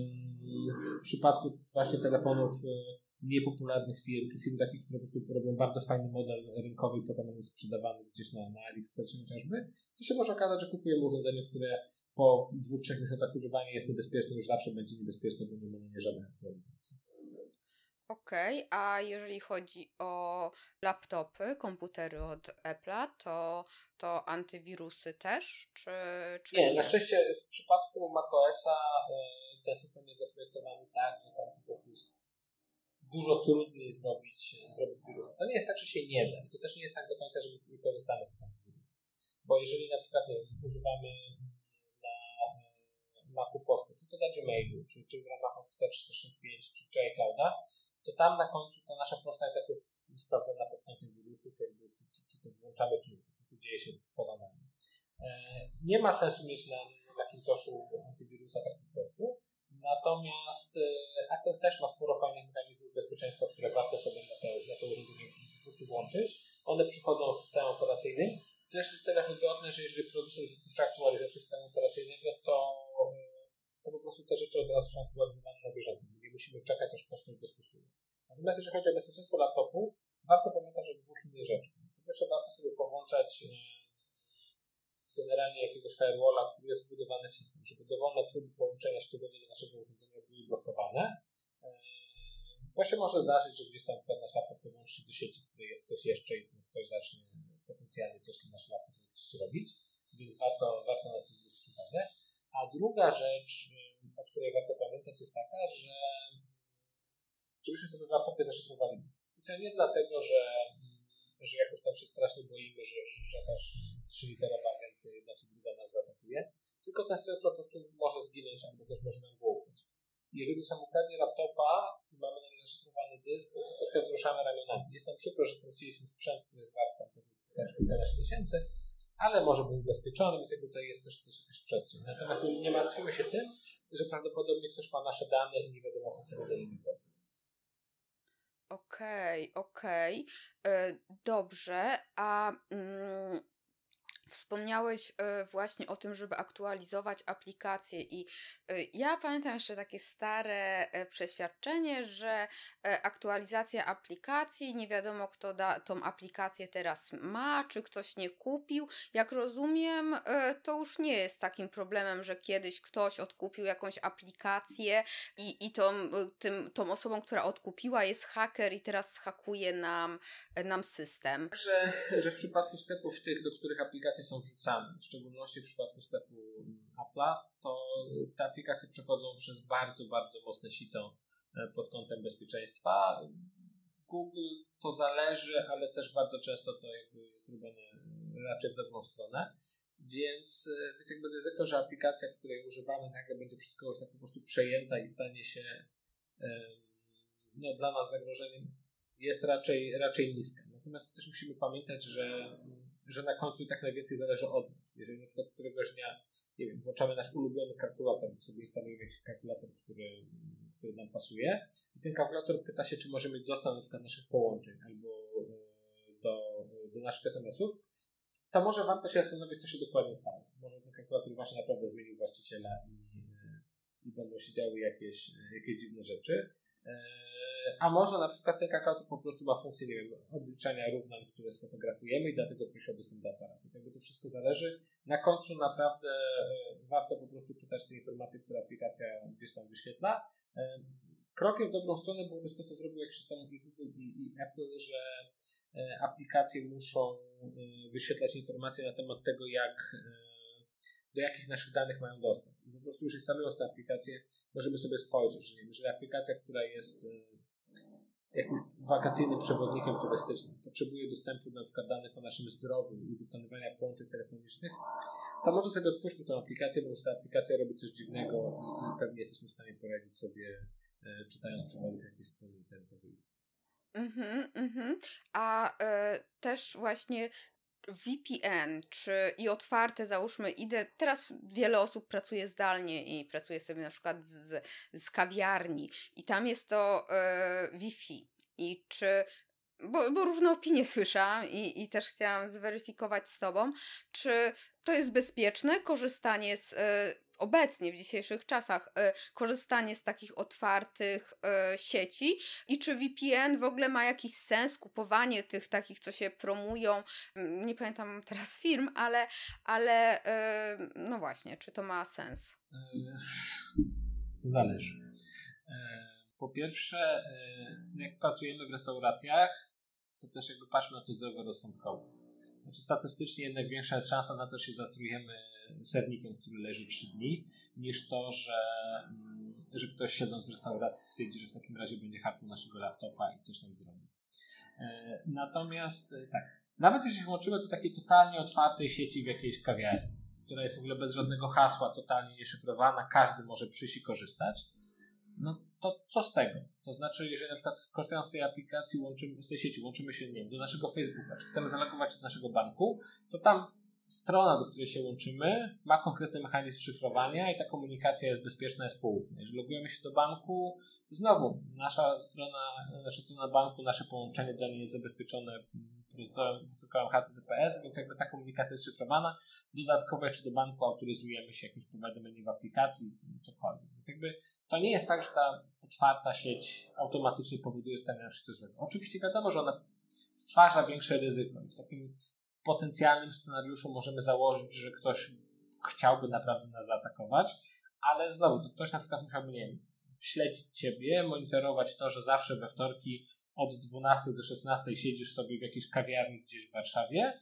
w przypadku właśnie telefonów mniej popularnych firm, czy firm takich, które robią bardzo fajny model rynkowy i potem on jest sprzedawany gdzieś na, na AliExpressie chociażby, to się może okazać, że kupujemy urządzenie, które po dwóch, trzech miesiącach używania jest niebezpieczne, już zawsze będzie niebezpieczne, bo nie ma na nie żadnej aktualizacji. Okej, okay, a jeżeli chodzi o laptopy, komputery od Apple'a, to, to antywirusy też? Czy, czy nie, nie, na szczęście w przypadku macOSa ten system jest zaprojektowany tak, że tam po prostu jest dużo trudniej zrobić, zrobić wirus. To nie jest tak, że się nie da. To też nie jest tak do końca, że nie korzystamy z tych antywirusów. Bo jeżeli na przykład nie wiem, używamy na Macu poczty, czy to na Gmailu, czy, czy w ramach Office trzysta sześćdziesiąt pięć, czy, czy iClouda, to tam na końcu ta nasza poczta i tak jest sprawdzana pod kątem wirusów, jakby, czy, czy, czy to włączamy, czy nie. To dzieje się poza nami. E, nie ma sensu mieć na Macintoshu antywirusa tak po prostu. Natomiast Apple też ma sporo fajnych mechanizmów bezpieczeństwa, które warto sobie na to, na to urządzenie po prostu włączyć. One przychodzą z systemem operacyjnym. To jest tyle wygodne, że jeżeli producent wypuszcza aktualizację systemu operacyjnego, to, to po prostu te rzeczy od razu są aktualizowane na bieżąco. Nie musimy czekać, aż ktoś coś dostosuje. Natomiast jeżeli chodzi o bezpieczeństwo laptopów, warto pamiętać o dwóch innych rzeczach. Po pierwsze, warto sobie powłączać generalnie jakiegoś firewalla, który jest wbudowany w system, żeby dowolne próby połączenia ścieżowe do naszego urządzenia były blokowane. Bo się może zdarzyć, że gdzieś tam nasz laptop podłączy się do sieci, w której jest ktoś jeszcze i ktoś zacznie potencjalnie coś na nasz laptop chcieć robić, więc warto, warto na to zwrócić uwagę. A druga rzecz, o której warto pamiętać, jest taka, że żebyśmy sobie w laptopie zaszyfrowali dysk. I to nie dlatego, że że jakoś tam się strasznie boimy, że, że jakaś trzyliterowa agencja jedna czy druga nas zaatakuje, tylko ten system po prostu może zginąć albo też może nam go ukryć. Jeżeli sam ukradnie laptopa i mamy na nim zaszyfrowany dysk, to trochę wzruszamy ramionami. Jest nam przykro, że straciliśmy sprzęt, który jest wart tam kilkanaście tysięcy, ale może był ubezpieczony, więc jakby tutaj jest też, też jakaś przestrzeń. Natomiast nie martwimy się tym, że prawdopodobnie ktoś ma nasze dane i nie wiadomo, co z tego danymi zrobi. Okej, okay, okej. Okay. Dobrze, a mm, wspomniałeś y, właśnie o tym, żeby aktualizować aplikacje i y, ja pamiętam jeszcze takie stare y, przeświadczenie, że y, aktualizacja aplikacji, nie wiadomo kto da, tą aplikację teraz ma, czy ktoś nie kupił. Jak rozumiem, y, to już nie jest takim problemem, że kiedyś ktoś odkupił jakąś aplikację i, i tą, y, tym, tą osobą, która odkupiła, jest haker i teraz zhakuje nam, y, nam system. Że, że w przypadku sklepów tych, do których aplikacje są wrzucane, w szczególności w przypadku sklepu Apple'a, to te aplikacje przechodzą przez bardzo, bardzo mocne sito pod kątem bezpieczeństwa. W Google to zależy, ale też bardzo często to jakby jest robione raczej w dobrą stronę. Więc, więc jakby ryzyko, że aplikacja, której używamy, nagle będzie przez kogoś tak po prostu przejęta i stanie się no, dla nas zagrożeniem, jest raczej, raczej niska. Natomiast też musimy pamiętać, że, że na końcu tak najwięcej zależy od nas. Jeżeli na przykład któregoś dnia, nie wiem, włączamy nasz ulubiony kalkulator, sobie instalujemy jakiś kalkulator, który, który nam pasuje i ten kalkulator pyta się, czy możemy mieć dostęp na przykład naszych połączeń albo do, do naszych es em esów, to może warto się zastanowić, co się dokładnie stało. Może ten kalkulator właśnie naprawdę zmienił właściciela i, i będą się działy jakieś, jakieś dziwne rzeczy. A może na przykład ten kalkulator po prostu ma funkcję, nie wiem, obliczania równań, które sfotografujemy i dlatego prosi o dostęp do aparatu. Jakby to wszystko zależy. Na końcu naprawdę warto po prostu czytać te informacje, które aplikacja gdzieś tam wyświetla. Krokiem w dobrą stronę było też to, co zrobił jakiś tam i Google i, i Apple, że aplikacje muszą wyświetlać informacje na temat tego, jak, do jakich naszych danych mają dostęp. I po prostu już instalując tę aplikację, możemy sobie spojrzeć, że nie wiem, jeżeli aplikacja, która jest jakimś wakacyjnym przewodnikiem turystycznym, potrzebuje dostępu na przykład danych o naszym zdrowiu i wykonywania połączeń telefonicznych, to może sobie odpuśćmy tę aplikację, bo już ta aplikacja robi coś dziwnego i, i pewnie jesteśmy w stanie poradzić sobie, e, czytając przewodnik jakiejś strony internetowej. Mhm, mhm. A y, też właśnie V P N, czy i otwarte, załóżmy, idę, teraz wiele osób pracuje zdalnie i pracuje sobie na przykład z, z kawiarni i tam jest to y, Wi-Fi i czy, bo, bo różne opinie słyszałam i, i też chciałam zweryfikować z tobą, czy to jest bezpieczne korzystanie z, y, obecnie w dzisiejszych czasach, y, korzystanie z takich otwartych y, sieci i czy V P N w ogóle ma jakiś sens, kupowanie tych takich, co się promują, nie pamiętam teraz firm, ale, ale y, no właśnie, czy to ma sens? To zależy. Po pierwsze, jak pracujemy w restauracjach, to też jakby patrzmy na to zdroworozsądkowo. Znaczy statystycznie jednak większa jest szansa na to, że się zastrujemy sernikiem, który leży trzy dni, niż to, że, że ktoś siedząc w restauracji stwierdzi, że w takim razie będzie haczył naszego laptopa i coś nam zrobi. Natomiast tak, nawet jeśli włączymy do takiej totalnie otwartej sieci w jakiejś kawiarni, która jest w ogóle bez żadnego hasła, totalnie nieszyfrowana, każdy może przyjść i korzystać, no to co z tego? To znaczy, jeżeli na przykład korzystając z tej aplikacji, łączymy, z tej sieci, łączymy się, nie wiem, do naszego Facebooka, czy chcemy zalogować do naszego banku, to tam strona, do której się łączymy, ma konkretny mechanizm szyfrowania i ta komunikacja jest bezpieczna, jest poufna. Jeżeli logujemy się do banku, znowu nasza strona, nasza strona banku, nasze połączenie dla niej jest zabezpieczone protokołem H T T P S, więc jakby ta komunikacja jest szyfrowana. Dodatkowo jeszcze do banku autoryzujemy się jakimś powiadomieniem w aplikacji, cokolwiek. Więc jakby to nie jest tak, że ta otwarta sieć automatycznie powoduje stanie nam się coś złego. Oczywiście wiadomo, że ona stwarza większe ryzyko i w takim potencjalnym scenariuszu możemy założyć, że ktoś chciałby naprawdę nas zaatakować, ale znowu, to ktoś na przykład musiałby, nie wiem, śledzić ciebie, monitorować to, że zawsze we wtorki od dwunastej do szesnastej siedzisz sobie w jakiejś kawiarni gdzieś w Warszawie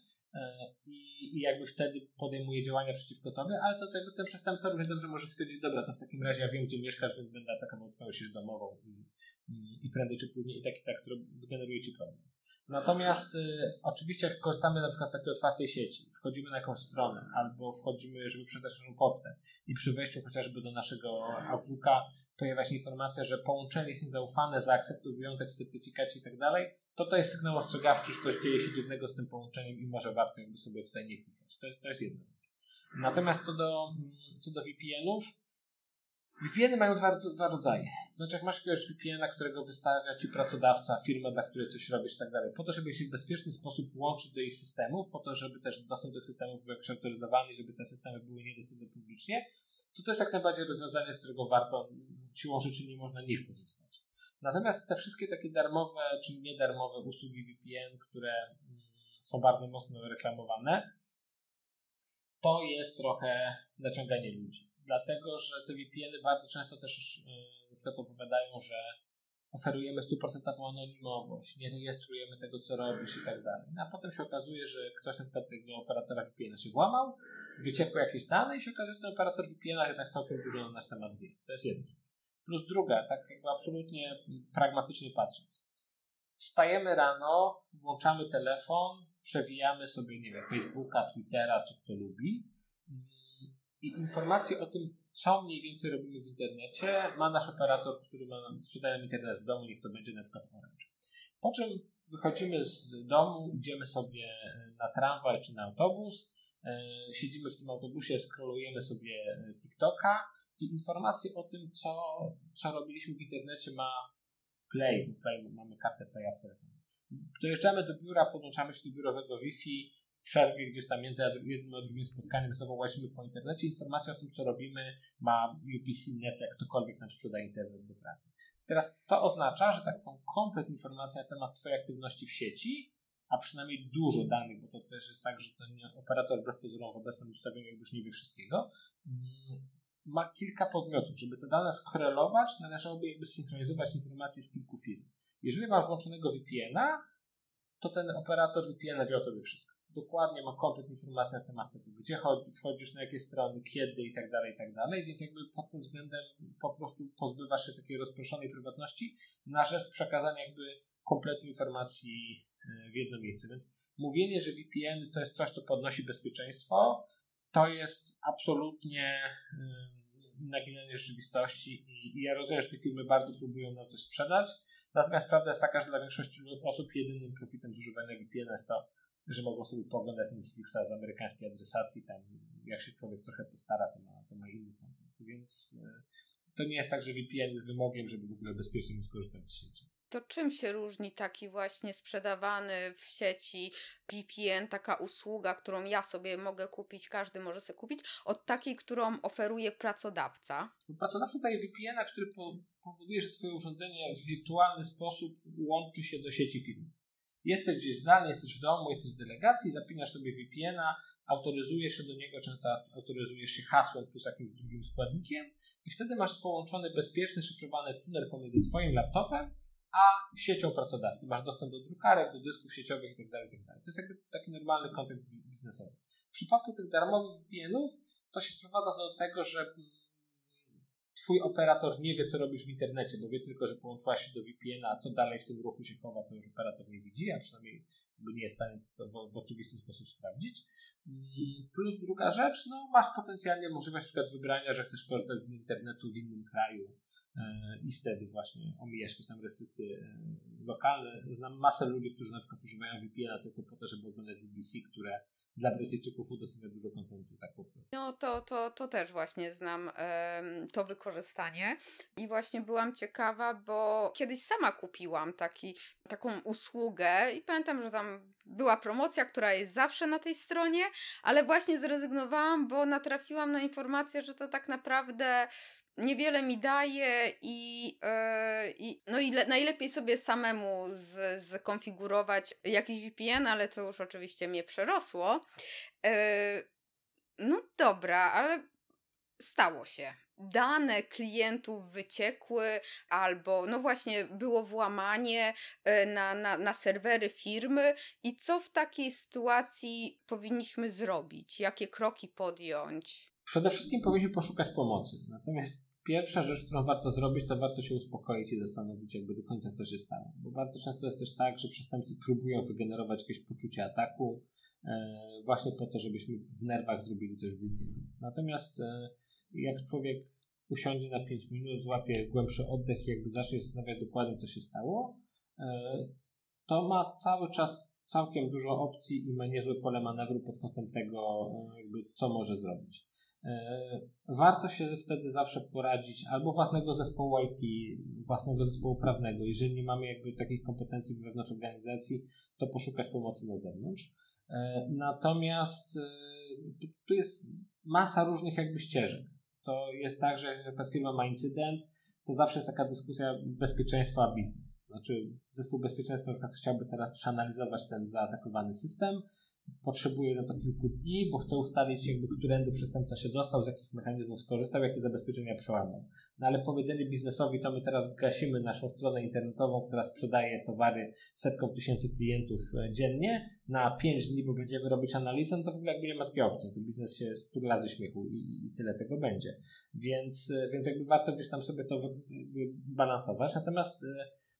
i, i jakby wtedy podejmuje działania przeciwko tobie, ale to jakby ten przestępca równie dobrze może stwierdzić, dobra, to w takim razie ja wiem, gdzie mieszkasz, więc będę atakował twoją sieć domową i, i, i prędzej czy później i tak i tak wygeneruje ci problem. Natomiast y, oczywiście jak korzystamy na przykład z takiej otwartej sieci, wchodzimy na jakąś stronę albo wchodzimy, żeby przeczytać naszą pocztę i przy wejściu chociażby do naszego Outlooka pojawia się informacja, że połączenie jest niezaufane, zaakceptuj wyjątek w certyfikacie i tak dalej, to to jest sygnał ostrzegawczy, że coś dzieje się dziwnego z tym połączeniem i może warto jakby sobie tutaj nie klikać. To jest, to jest jedna rzecz. Natomiast co do, co do V P N-ów, V P N-y mają dwa, dwa rodzaje. To znaczy, jak masz jakiegoś V P N-a, którego wystawia ci pracodawca, firma, dla której coś robisz i tak dalej, po to, żeby się w bezpieczny sposób łączyć do ich systemów, po to, żeby też dostęp do tych systemów był jakoś autoryzowany, żeby te systemy były niedostępne publicznie, to to jest jak najbardziej rozwiązanie, z którego warto, siłą rzeczy nie można nie korzystać. Natomiast te wszystkie takie darmowe czy niedarmowe usługi V P N, które są bardzo mocno reklamowane, to jest trochę naciąganie ludzi. Dlatego, że te V P N-y bardzo często też yy, na przykład opowiadają, że oferujemy stuprocentową anonimowość, nie rejestrujemy tego, co robisz i tak dalej. No, a potem się okazuje, że ktoś na przykład tego operatora V P N-a się włamał, wyciekły jakieś dane i się okazuje, że ten operator V P N-a jednak całkiem dużo na nasz temat wie. To jest jedno. Plus druga, tak jakby absolutnie pragmatycznie patrząc. Wstajemy rano, włączamy telefon, przewijamy sobie, nie wiem, Facebooka, Twittera, czy kto lubi. I informacje o tym, co mniej więcej robimy w internecie, ma nasz operator, który ma, sprzedaje nam internet w domu, niech to będzie na przykład Orange. Po czym wychodzimy z domu, idziemy sobie na tramwaj czy na autobus, siedzimy w tym autobusie, scrollujemy sobie TikToka i informacje o tym, co, co robiliśmy w internecie ma Play, bo Play, mamy kartę Playa w telefonie. Dojeżdżamy do biura, podłączamy się do biurowego Wi-Fi, w przerwie gdzieś tam między jednym a drugim spotkaniem znowu łazimy po internecie. Informacja o tym, co robimy, ma U P C kropka net, jak ktokolwiek nam sprzedaje internet do pracy. Teraz to oznacza, że taką komplet informacji na temat Twojej aktywności w sieci, a przynajmniej dużo danych, bo to też jest tak, że ten operator wbrew pozorom w obecnym ustawieniu jakby już nie wie wszystkiego, ma kilka podmiotów. Żeby te dane skorelować, należałoby jakby synchronizować informacje z kilku firm. Jeżeli masz włączonego V P N a, to ten operator V P N a wie o tobie wszystko. Dokładnie ma komplet informacji na temat tego, gdzie wchodzisz, na jakie strony, kiedy i tak dalej, i tak dalej, więc jakby pod tym względem po prostu pozbywasz się takiej rozproszonej prywatności na rzecz przekazania jakby kompletu informacji w jedno miejsce. Więc mówienie, że V P N to jest coś, co podnosi bezpieczeństwo, to jest absolutnie yy, naginanie rzeczywistości i, i ja rozumiem, że te firmy bardzo próbują nam coś sprzedać, natomiast prawda jest taka, że dla większości osób jedynym profitem z używania V P N jest to, że mogą sobie pooglądać Netflixa z amerykańskiej adresacji, tam jak się człowiek trochę postara, to ma, to ma inny kontent. Więc yy, to nie jest tak, że V P N jest wymogiem, żeby w ogóle bezpiecznie móc korzystać z sieci. To czym się różni taki właśnie sprzedawany w sieci V P N, taka usługa, którą ja sobie mogę kupić, każdy może sobie kupić, od takiej, którą oferuje pracodawca? Pracodawca daje V P N a, który po, powoduje, że Twoje urządzenie w wirtualny sposób łączy się do sieci firmy. Jesteś gdzieś zdalnie, jesteś w domu, jesteś w delegacji, zapinasz sobie V P N a, autoryzujesz się do niego, często autoryzujesz się hasłem plus jakimś drugim składnikiem i wtedy masz połączony bezpieczny, szyfrowany tunel pomiędzy Twoim laptopem a siecią pracodawcy. Masz dostęp do drukarek, do dysków sieciowych itd. itd. To jest jakby taki normalny kontekst biznesowy. W przypadku tych darmowych V P N ów to się sprowadza do tego, że Twój operator nie wie, co robisz w internecie, bo wie tylko, że połączyłaś się do V P N a, a co dalej w tym ruchu się chowa, to już operator nie widzi, a przynajmniej nie jest w stanie to w, w oczywisty sposób sprawdzić. Plus druga rzecz, no masz potencjalnie możliwość na przykład wybrania, że chcesz korzystać z internetu w innym kraju i wtedy właśnie omijasz jakieś tam restrykcje lokalne. Znam masę ludzi, którzy na przykład używają V P N a tylko po to, żeby oglądać B B C, które dla Brytyjczyków udostępnia dużo kontentu, tak po prostu. No to, to, to też właśnie znam um, to wykorzystanie i właśnie byłam ciekawa, bo kiedyś sama kupiłam taki, taką usługę i pamiętam, że tam była promocja, która jest zawsze na tej stronie, ale właśnie zrezygnowałam, bo natrafiłam na informację, że to tak naprawdę niewiele mi daje i, yy, i, no i le, najlepiej sobie samemu z, zkonfigurować jakiś V P N, ale to już oczywiście mnie przerosło. Yy, no dobra, ale stało się. Dane klientów wyciekły albo no właśnie było włamanie na, na, na serwery firmy i co w takiej sytuacji powinniśmy zrobić? Jakie kroki podjąć? Przede wszystkim powinniśmy poszukać pomocy. Natomiast pierwsza rzecz, którą warto zrobić, to warto się uspokoić i zastanowić jakby do końca, co się stało. Bo bardzo często jest też tak, że przestępcy próbują wygenerować jakieś poczucie ataku e, właśnie po to, żebyśmy w nerwach zrobili coś głupiego. Natomiast e, jak człowiek usiądzie na pięć minut, złapie głębszy oddech i jakby zacznie zastanawiać dokładnie, co się stało, e, to ma cały czas całkiem dużo opcji i ma niezłe pole manewru pod kątem tego, e, jakby co może zrobić. Warto się wtedy zawsze poradzić albo własnego zespołu I T, własnego zespołu prawnego. Jeżeli nie mamy jakby takich kompetencji wewnątrz organizacji, to poszukać pomocy na zewnątrz. Natomiast tu jest masa różnych jakby ścieżek. To jest tak, że jak na przykład firma ma incydent, to zawsze jest taka dyskusja bezpieczeństwa a biznes. To znaczy zespół bezpieczeństwa na przykład chciałby teraz przeanalizować ten zaatakowany system, potrzebuje na to kilku dni, bo chce ustalić jakby, którędy przestępca się dostał, z jakich mechanizmów skorzystał, jakie zabezpieczenia przełamał. No ale powiedzenie biznesowi, to my teraz gasimy naszą stronę internetową, która sprzedaje towary setkom tysięcy klientów dziennie na pięć dni, bo będziemy robić analizę, no to w ogóle jakby nie ma takiej opcji. To biznes się sturla ze śmiechu i, i tyle tego będzie. Więc, więc jakby warto gdzieś tam sobie to balansować. Natomiast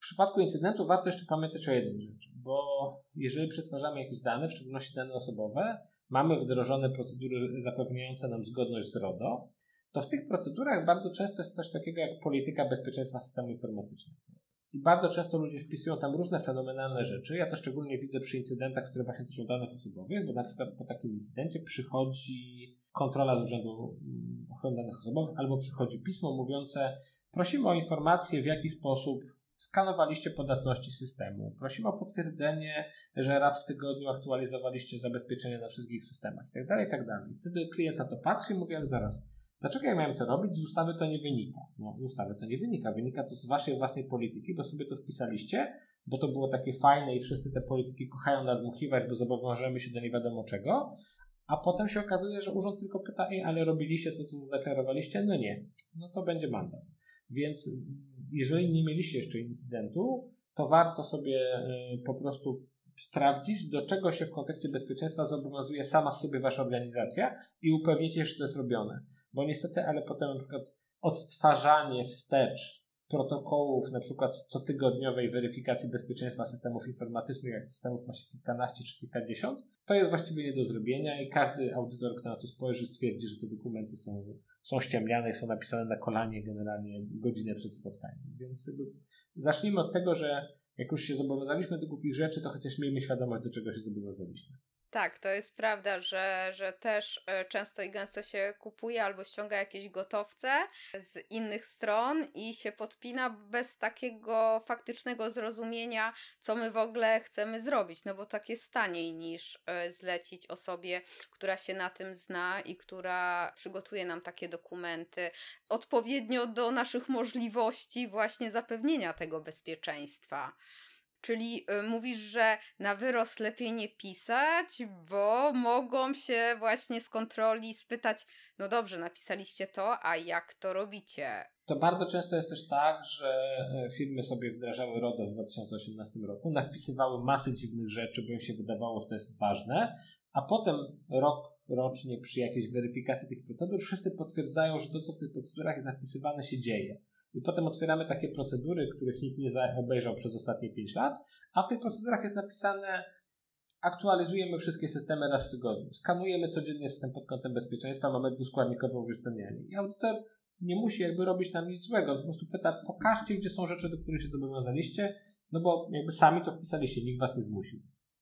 W przypadku incydentu warto jeszcze pamiętać o jednej rzeczy, bo jeżeli przetwarzamy jakieś dane, w szczególności dane osobowe, mamy wdrożone procedury zapewniające nam zgodność z RODO, to w tych procedurach bardzo często jest coś takiego jak polityka bezpieczeństwa systemu informatycznego. I bardzo często ludzie wpisują tam różne fenomenalne rzeczy. Ja to szczególnie widzę przy incydentach, które właśnie dotyczą danych osobowych, bo na przykład po takim incydencie przychodzi kontrola z Urzędu Ochrony Danych Osobowych albo przychodzi pismo mówiące: prosimy o informację, w jaki sposób skanowaliście podatności systemu. Prosimy o potwierdzenie, że raz w tygodniu aktualizowaliście zabezpieczenie na wszystkich systemach itd., itd. I wtedy klient na to patrzy i mówi: ale zaraz, dlaczego ja miałem to robić? Z ustawy to nie wynika. No, z ustawy to nie wynika. Wynika to z waszej własnej polityki, bo sobie to wpisaliście, bo to było takie fajne i wszyscy te polityki kochają nadmuchiwać, bo zobowiążemy się do nie wiadomo czego. A potem się okazuje, że urząd tylko pyta: ej, ale robiliście to, co zadeklarowaliście? No nie. No to będzie mandat. Więc jeżeli nie mieliście jeszcze incydentu, to warto sobie po prostu sprawdzić, do czego się w kontekście bezpieczeństwa zobowiązuje sama z siebie wasza organizacja i upewnić się, że to jest robione. Bo niestety, ale potem na przykład odtwarzanie wstecz protokołów na przykład z cotygodniowej weryfikacji bezpieczeństwa systemów informatycznych, jak systemów ma się kilkanaście czy kilkadziesiąt, to jest właściwie nie do zrobienia i każdy audytor, kto na to spojrzy, stwierdzi, że te dokumenty są, są ściemniane i są napisane na kolanie generalnie godzinę przed spotkaniem. Więc zacznijmy od tego, że jak już się zobowiązaliśmy do głupich rzeczy, to chociaż miejmy świadomość, do czego się zobowiązaliśmy. Tak, to jest prawda, że, że też często i gęsto się kupuje albo ściąga jakieś gotowce z innych stron i się podpina bez takiego faktycznego zrozumienia, co my w ogóle chcemy zrobić, no bo tak jest taniej niż zlecić osobie, która się na tym zna i która przygotuje nam takie dokumenty odpowiednio do naszych możliwości właśnie zapewnienia tego bezpieczeństwa. Czyli y, mówisz, że na wyrost lepiej nie pisać, bo mogą się właśnie z kontroli spytać: no dobrze, napisaliście to, a jak to robicie? To bardzo często jest też tak, że firmy sobie wdrażały RODO w dwa tysiące osiemnastym roku, nawpisywały masę dziwnych rzeczy, bo im się wydawało, że to jest ważne, a potem rok rocznie przy jakiejś weryfikacji tych procedur wszyscy potwierdzają, że to, co w tych procedurach jest napisywane, się dzieje. I potem otwieramy takie procedury, których nikt nie obejrzał przez ostatnie pięć lat, a w tych procedurach jest napisane: aktualizujemy wszystkie systemy raz w tygodniu, skanujemy codziennie system pod kątem bezpieczeństwa, mamy dwuskładnikowe uwierzytelnianie. I audytor nie musi jakby robić nam nic złego, po prostu pyta: pokażcie, gdzie są rzeczy, do których się zobowiązaliście, no bo jakby sami to wpisaliście, nikt was nie zmusił.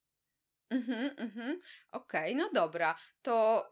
Mhm, mhm. Okej, no dobra, to,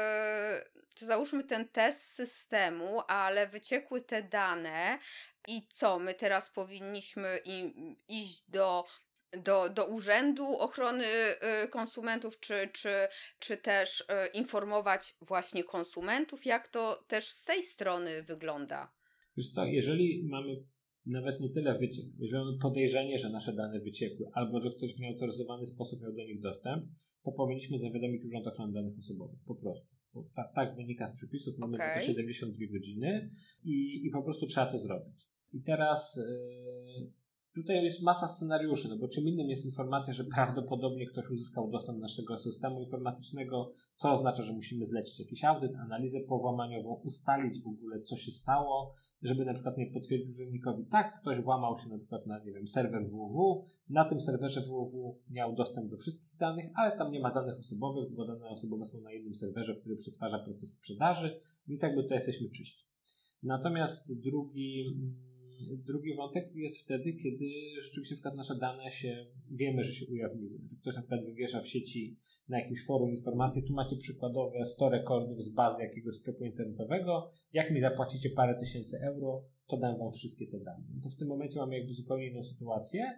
yy, to załóżmy ten test systemu, ale wyciekły te dane i co, my teraz powinniśmy i, iść do, do, do Urzędu Ochrony y, Konsumentów, czy, czy, czy też y, informować właśnie konsumentów, jak to też z tej strony wygląda? Wiesz co, jeżeli mamy nawet nie tyle wyciek, jeżeli mamy podejrzenie, że nasze dane wyciekły, albo że ktoś w nieautoryzowany sposób miał do nich dostęp, to powinniśmy zawiadomić Urząd Ochrony Danych Osobowych, po prostu. Bo tak, tak wynika z przepisów, mamy okay. tylko siedemdziesiąt dwie godziny i, i po prostu trzeba to zrobić. I teraz yy, tutaj jest masa scenariuszy, no bo czym innym jest informacja, że prawdopodobnie ktoś uzyskał dostęp do naszego systemu informatycznego, co oznacza, że musimy zlecić jakiś audyt, analizę powłamaniową, ustalić w ogóle, co się stało, żeby na przykład nie potwierdził urzędnikowi: tak, ktoś włamał się na przykład na, nie wiem, serwer www, na tym serwerze www miał dostęp do wszystkich danych, ale tam nie ma danych osobowych, bo dane osobowe są na jednym serwerze, który przetwarza proces sprzedaży, więc jakby tutaj jesteśmy czyści. Natomiast drugi, drugi wątek jest wtedy, kiedy rzeczywiście na przykład nasze dane się, wiemy, że się ujawniły. Ktoś na przykład wywiesza w sieci na jakimś forum informacje: tu macie przykładowe sto rekordów z bazy jakiegoś sklepu internetowego, jak mi zapłacicie parę tysięcy euro, to dam wam wszystkie te dane. No to w tym momencie mamy jakby zupełnie inną sytuację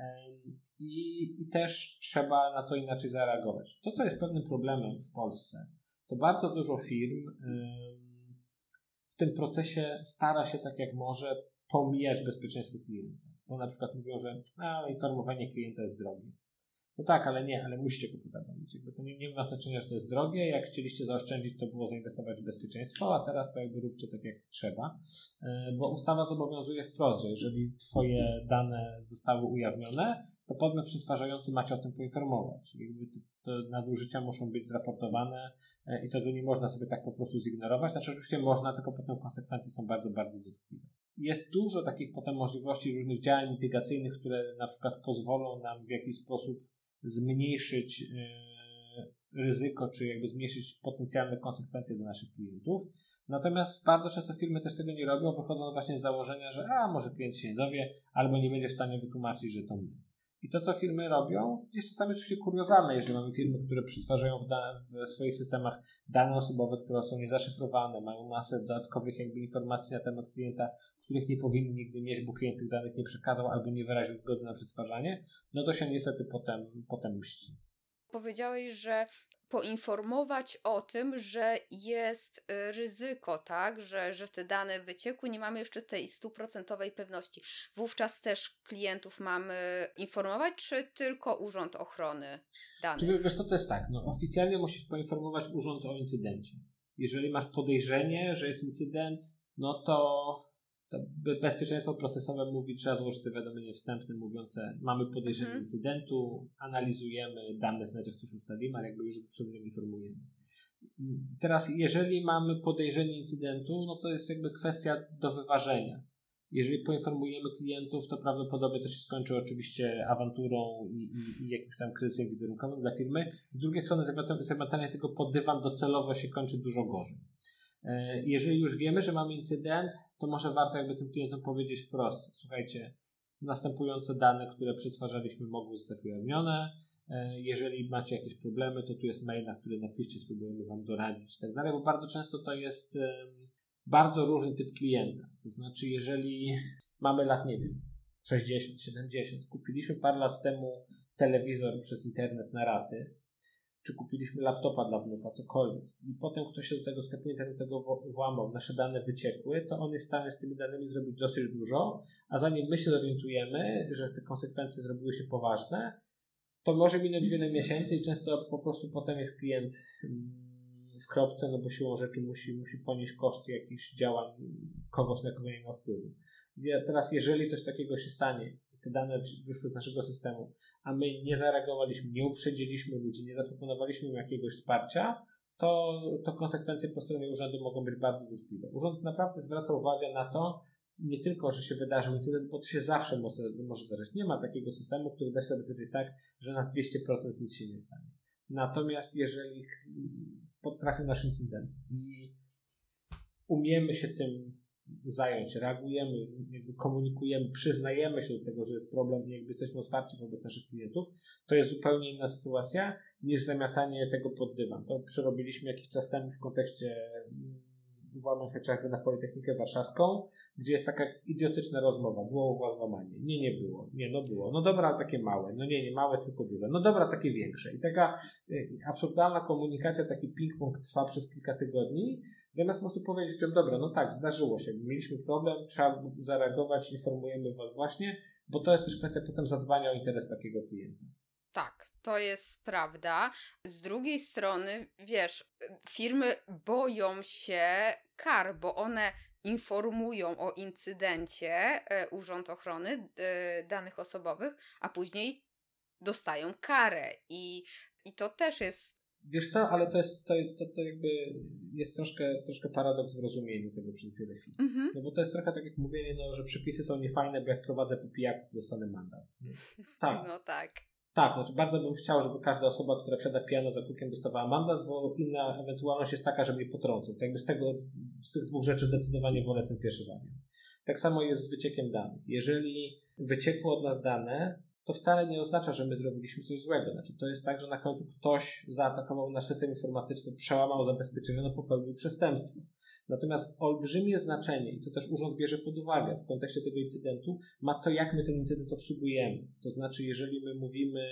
i, i też trzeba na to inaczej zareagować. To, co jest pewnym problemem w Polsce, to bardzo dużo firm w tym procesie stara się tak jak może pomijać bezpieczeństwo klienta. Bo na przykład mówią, że a, informowanie klienta jest drogie. No tak, ale nie, ale musicie go powiadomić. Jakby to nie, nie ma znaczenia, że to jest drogie. Jak chcieliście zaoszczędzić, to było zainwestować w bezpieczeństwo, a teraz to jakby róbcie tak, jak trzeba. Bo ustawa zobowiązuje wprost, że jeżeli twoje dane zostały ujawnione, to podmiot przetwarzający macie o tym poinformować. Jakby te, te nadużycia muszą być zraportowane i tego nie można sobie tak po prostu zignorować. Znaczy oczywiście można, tylko potem konsekwencje są bardzo, bardzo dotkliwe. jest dużo takich potem możliwości różnych działań mitygacyjnych, które na przykład pozwolą nam w jakiś sposób zmniejszyć yy, ryzyko, czy jakby zmniejszyć potencjalne konsekwencje dla naszych klientów. Natomiast bardzo często firmy też tego nie robią, wychodzą właśnie z założenia, że a może klient się nie dowie, albo nie będzie w stanie wytłumaczyć, że to my. I to, co firmy robią, jest czasami oczywiście kuriozalne, jeżeli mamy firmy, które przetwarzają w, da- w swoich systemach dane osobowe, które są niezaszyfrowane, mają masę dodatkowych jakby informacji na temat klienta, których nie powinni nigdy mieć, bo klient tych danych nie przekazał albo nie wyraził zgody na przetwarzanie, no to się niestety potem, potem mści. Powiedziałeś, że poinformować o tym, że jest y, ryzyko, tak, że, że te dane wyciekły, nie mamy jeszcze tej stuprocentowej pewności. Wówczas też klientów mamy informować, czy tylko Urząd Ochrony Danych? Czy wiesz co, to jest tak, no oficjalnie musisz poinformować urząd o incydencie. Jeżeli masz podejrzenie, że jest incydent, no to to bezpieczeństwo procesowe mówi, trzeba złożyć zawiadomienie wstępne mówiące, mamy podejrzenie mhm. incydentu, analizujemy dane, znaczy coś ustalimy, ale jakby już przedtem informujemy. Teraz jeżeli mamy podejrzenie incydentu, no to jest jakby kwestia do wyważenia. Jeżeli poinformujemy klientów, to prawdopodobnie to się skończy oczywiście awanturą i, i, i jakimś tam kryzysem wizerunkowym dla firmy. Z drugiej strony zamiatanie tego pod dywan docelowo się kończy dużo gorzej. Jeżeli już wiemy, że mamy incydent, to może warto jakby tym klientom powiedzieć wprost, słuchajcie, następujące dane, które przetwarzaliśmy, mogły zostać ujawnione. Jeżeli macie jakieś problemy, to tu jest mail, na który napiszcie, spróbujemy Wam doradzić i tak dalej, bo bardzo często to jest bardzo różny typ klienta. To znaczy, jeżeli mamy lat, nie wiem, sześćdziesiąt, siedemdziesiąt, kupiliśmy parę lat temu telewizor przez internet na raty, czy kupiliśmy laptopa dla wnuka, cokolwiek, i potem ktoś się do tego sklepu internetowego włamał, nasze dane wyciekły, to on jest w stanie z tymi danymi zrobić dosyć dużo, a zanim my się zorientujemy, że te konsekwencje zrobiły się poważne, to może minąć wiele miesięcy i często po prostu potem jest klient w kropce, no bo siłą rzeczy musi, musi ponieść koszty jakichś działań kogoś, na kogo nie ma wpływu. I teraz jeżeli coś takiego się stanie i te dane wyszły z naszego systemu, a my nie zareagowaliśmy, nie uprzedziliśmy ludzi, nie zaproponowaliśmy im jakiegoś wsparcia, to, to konsekwencje po stronie urzędu mogą być bardzo dotkliwe. Urząd naprawdę zwraca uwagę na to, nie tylko, że się wydarzył incydent, bo to się zawsze może, może zdarzyć. Nie ma takiego systemu, który da się zabezpieczyć tak, że na dwieście procent nic się nie stanie. Natomiast jeżeli potrafił nasz incydent i umiemy się tym zająć, reagujemy, jakby komunikujemy, przyznajemy się do tego, że jest problem i jakby jesteśmy otwarci wobec naszych klientów, to jest zupełnie inna sytuacja niż zamiatanie tego pod dywan. To przerobiliśmy jakiś czas temu w kontekście włamań chociażby na Politechnikę Warszawską, gdzie jest taka idiotyczna rozmowa. Było u was włamanie? Nie, nie było. Nie, no było. No dobra, ale takie małe. No nie, nie małe, tylko duże. No dobra, takie większe. I taka y, absurdalna komunikacja, taki ping-pong trwa przez kilka tygodni, zamiast po prostu powiedzieć, że dobra, no tak, zdarzyło się. Mieliśmy problem, trzeba zareagować, informujemy was właśnie, bo to jest też kwestia potem zadbania o interes takiego klienta. Tak, to jest prawda. Z drugiej strony, wiesz, firmy boją się kar, bo one informują o incydencie e, Urząd Ochrony e, Danych Osobowych, a później dostają karę i, i to też jest... Wiesz co, ale to jest to, to, to jakby jest troszkę, troszkę paradoks w rozumieniu tego przez wiele firm. Mm-hmm. No bo to jest trochę tak jak mówienie, no, że przepisy są niefajne, bo jak prowadzę po pijaku, to dostanę mandat. No, tak. No tak. Tak, znaczy bardzo bym chciał, żeby każda osoba, która wsiada pijana za kółkiem, dostawała mandat, bo inna ewentualność jest taka, że mnie potrącą. To jakby z tego, z tych dwóch rzeczy zdecydowanie wolę ten pierwszy wariant. Tak samo jest z wyciekiem danych. Jeżeli wyciekło od nas dane, to wcale nie oznacza, że my zrobiliśmy coś złego. Znaczy to jest tak, że na końcu ktoś zaatakował nasz system informatyczny, przełamał zabezpieczenie, no popełnił przestępstwo. Natomiast olbrzymie znaczenie, i to też urząd bierze pod uwagę w kontekście tego incydentu, ma to, jak my ten incydent obsługujemy. To znaczy, jeżeli my mówimy,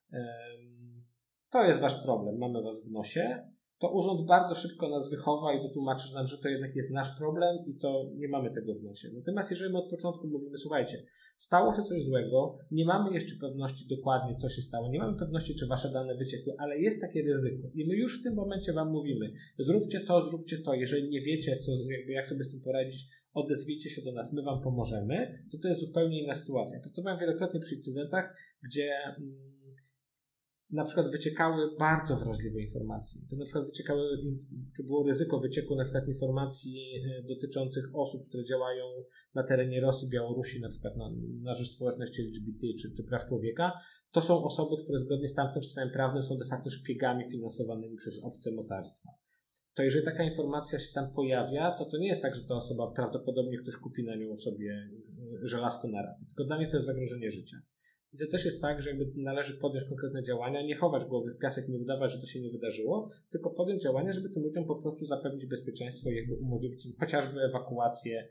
um, to jest wasz problem, mamy was w nosie, to urząd bardzo szybko nas wychowa i wytłumaczy nam, że to jednak jest nasz problem i to nie mamy tego w nosie. Natomiast jeżeli my od początku mówimy, słuchajcie, stało się coś złego, nie mamy jeszcze pewności dokładnie, co się stało, nie mamy pewności, czy wasze dane wyciekły, ale jest takie ryzyko i my już w tym momencie wam mówimy, zróbcie to, zróbcie to, jeżeli nie wiecie, co, jakby jak sobie z tym poradzić, odezwijcie się do nas, my wam pomożemy, to to jest zupełnie inna sytuacja. Pracowałem wielokrotnie przy incydentach, gdzie mm, na przykład wyciekały bardzo wrażliwe informacje. To na przykład wyciekały, czy było ryzyko wycieku na przykład informacji dotyczących osób, które działają na terenie Rosji, Białorusi, na przykład na, na rzecz społeczności L G B T czy, czy praw człowieka. To są osoby, które zgodnie z tamtym systemem prawnym są de facto szpiegami finansowanymi przez obce mocarstwa. To jeżeli taka informacja się tam pojawia, to to nie jest tak, że ta osoba prawdopodobnie ktoś kupi na nią sobie żelazko na raty, tylko dla mnie to jest zagrożenie życia. I to też jest tak, że jakby należy podjąć konkretne działania, nie chować głowy w piasek, nie udawać, że to się nie wydarzyło, tylko podjąć działania, żeby tym ludziom po prostu zapewnić bezpieczeństwo i jakby umożliwić im chociażby ewakuację,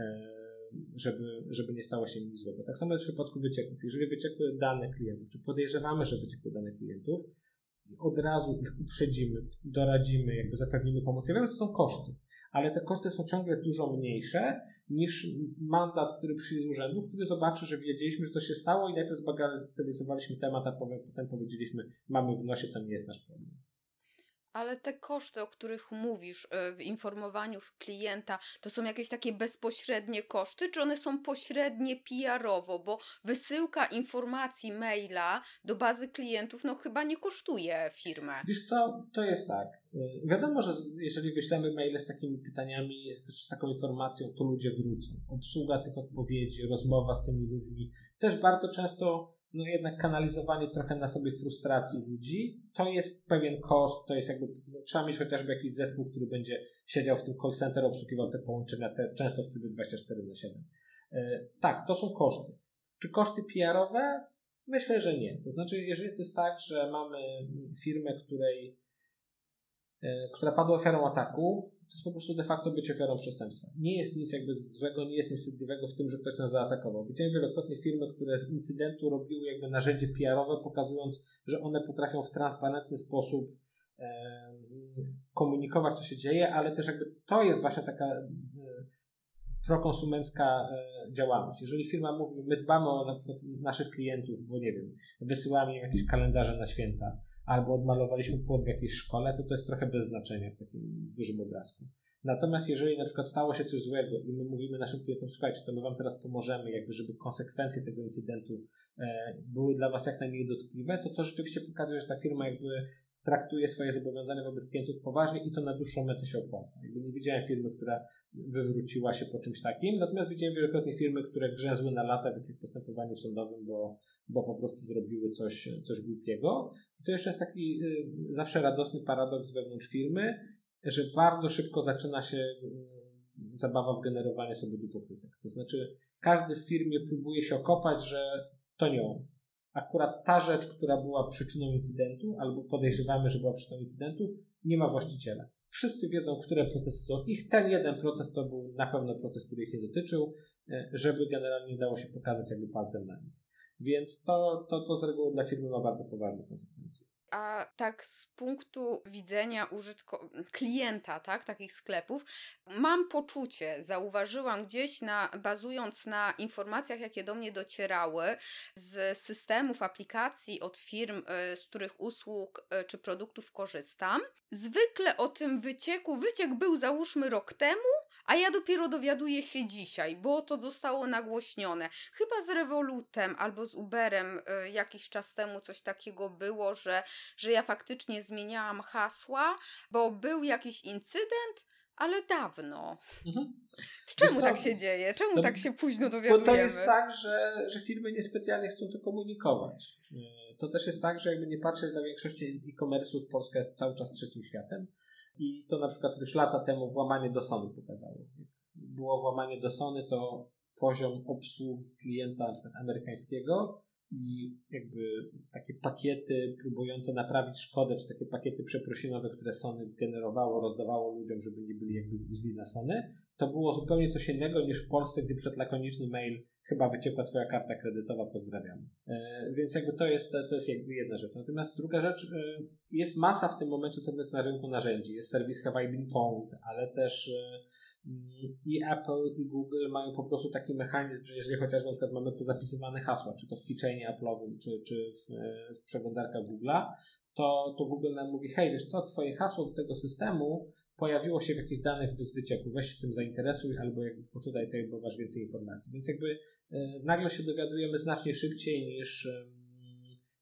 żeby, żeby nie stało się nic złego. Tak samo jest w przypadku wycieków. Jeżeli wyciekły dane klientów, czy podejrzewamy, że wyciekły dane klientów, od razu ich uprzedzimy, doradzimy, jakby zapewnimy pomoc. Ja wiem, że to są koszty, ale te koszty są ciągle dużo mniejsze niż mandat, który przyjdzie z urzędu, który zobaczy, że wiedzieliśmy, że to się stało i najpierw zbagatelizowaliśmy temat, a potem powiedzieliśmy, mamy w nosie, to nie jest nasz problem. Ale te koszty, o których mówisz w informowaniu klienta, to są jakieś takie bezpośrednie koszty, czy one są pośrednie P R-owo, bo wysyłka informacji maila do bazy klientów no chyba nie kosztuje firmę. Wiesz co, to jest tak. Wiadomo, że jeżeli wyślemy maile z takimi pytaniami, z taką informacją, to ludzie wrócą. Obsługa tych odpowiedzi, rozmowa z tymi ludźmi. Też bardzo często no jednak kanalizowanie trochę na sobie frustracji ludzi, to jest pewien koszt, to jest jakby, no, trzeba mieć chociażby jakiś zespół, który będzie siedział w tym call center, obsługiwał te połączenia, te, często w trybie dwadzieścia cztery na siedem. Yy, tak, to są koszty. Czy koszty P R-owe? Myślę, że nie. To znaczy, jeżeli to jest tak, że mamy firmę, której, yy, która padła ofiarą ataku, to jest po prostu de facto być ofiarą przestępstwa. Nie jest nic jakby złego, nie jest nic wstydliwego w tym, że ktoś nas zaatakował. Widziałem wielokrotnie firmy, które z incydentu robiły jakby narzędzie P R-owe, pokazując, że one potrafią w transparentny sposób e, komunikować, co się dzieje, ale też jakby to jest właśnie taka e, prokonsumencka e, działalność. Jeżeli firma mówi, my dbamy o na przykład naszych klientów, bo nie wiem, wysyłamy im jakieś kalendarze na święta, albo odmalowaliśmy płot w jakiejś szkole, to to jest trochę bez znaczenia w takim w dużym obrazku. Natomiast jeżeli na przykład stało się coś złego i my mówimy naszym klientom, słuchajcie, to my wam teraz pomożemy, jakby żeby konsekwencje tego incydentu e, były dla was jak najmniej dotkliwe, to to rzeczywiście pokazuje, że ta firma jakby traktuje swoje zobowiązania wobec klientów poważnie i to na dłuższą metę się opłaca. Jakby nie widziałem firmy, która wywróciła się po czymś takim, natomiast widziałem wielokrotnie firmy, które grzęzły na lata w jakimś postępowaniu sądowym, bo, bo po prostu zrobiły coś, coś głupiego. I to jeszcze jest taki y, zawsze radosny paradoks wewnątrz firmy, że bardzo szybko zaczyna się y, zabawa w generowanie sobie dupokrytek. To znaczy każdy w firmie próbuje się okopać, że to nie on. Akurat ta rzecz, która była przyczyną incydentu, albo podejrzewamy, że była przyczyną incydentu, nie ma właściciela. Wszyscy wiedzą, które procesy są ich. Ten jeden proces to był na pewno proces, który ich nie dotyczył, żeby generalnie dało się pokazać jakby palcem na nich. Więc to, to, to z reguły dla firmy ma bardzo poważne konsekwencje. A tak z punktu widzenia użytko- klienta, tak, takich sklepów, mam poczucie, zauważyłam gdzieś, na, bazując na informacjach, jakie do mnie docierały z systemów, aplikacji od firm, z których usług czy produktów korzystam, zwykle o tym wycieku, wyciek był załóżmy rok temu, a ja dopiero dowiaduję się dzisiaj, bo to zostało nagłośnione. Chyba z Revolutem albo z Uberem y, jakiś czas temu coś takiego było, że, że ja faktycznie zmieniałam hasła, bo był jakiś incydent, ale dawno. Mhm. Czemu tak się dzieje? Czemu no, tak się późno dowiadujemy? Bo to jest tak, że, że firmy niespecjalnie chcą to komunikować. To też jest tak, że jakby nie patrzeć na większości e-commerce'ów, Polska jest cały czas trzecim światem. I to na przykład już lata temu włamanie do Sony pokazało. Jak było włamanie do Sony, to poziom obsługi klienta na przykład amerykańskiego i jakby takie pakiety próbujące naprawić szkodę, czy takie pakiety przeprosinowe, które Sony generowało, rozdawało ludziom, żeby nie byli jakby źli na Sony, to było zupełnie coś innego niż w Polsce, gdy przed lakoniczny mail chyba wyciekła twoja karta kredytowa, pozdrawiamy. Yy, więc jakby to jest, to jest jakby jedna rzecz. Natomiast druga rzecz, yy, jest masa w tym momencie sobie na rynku narzędzi. Jest serwis Have I Been Pwned, ale też yy, i Apple, i Google mają po prostu taki mechanizm, że jeżeli chociażby na przykład mamy pozapisywane hasła, czy to w keychainie Apple'owym, czy, czy w, yy, w przeglądarkach Google'a, to, to Google nam mówi, hej, wiesz co, twoje hasło do tego systemu pojawiło się w jakichś danych z wycieku, weź się tym zainteresuj albo jakby poczytaj to, bo masz więcej informacji. Więc jakby y, nagle się dowiadujemy znacznie szybciej niż, y,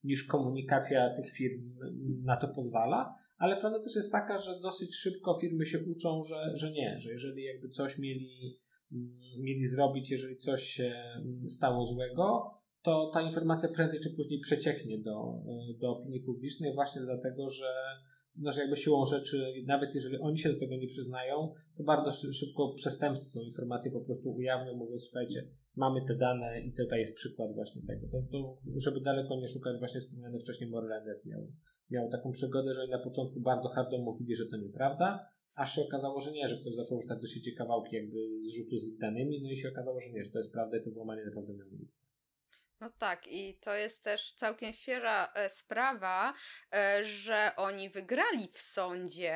niż komunikacja tych firm na to pozwala, ale prawda też jest taka, że dosyć szybko firmy się uczą, że, że nie, że jeżeli jakby coś mieli, mieli zrobić, jeżeli coś się stało złego, to ta informacja prędzej czy później przecieknie do, do opinii publicznej właśnie dlatego, że, no, że jakby siłą rzeczy, nawet jeżeli oni się do tego nie przyznają, to bardzo szybko przestępcy tą informację po prostu ujawnią, mówią, słuchajcie, mamy te dane i tutaj jest przykład właśnie tego. To, to, żeby daleko nie szukać, właśnie wspomniany wcześniej Moreland miał, miał taką przygodę, że oni na początku bardzo hardo mówili, że to nieprawda, aż się okazało, że nie, że ktoś zaczął wrzucać do sieci kawałki jakby zrzutu z ich danymi, no i się okazało, że nie, że to jest prawda i to włamanie naprawdę miało miejsce. No tak, i to jest też całkiem świeża e, sprawa, e, że oni wygrali w sądzie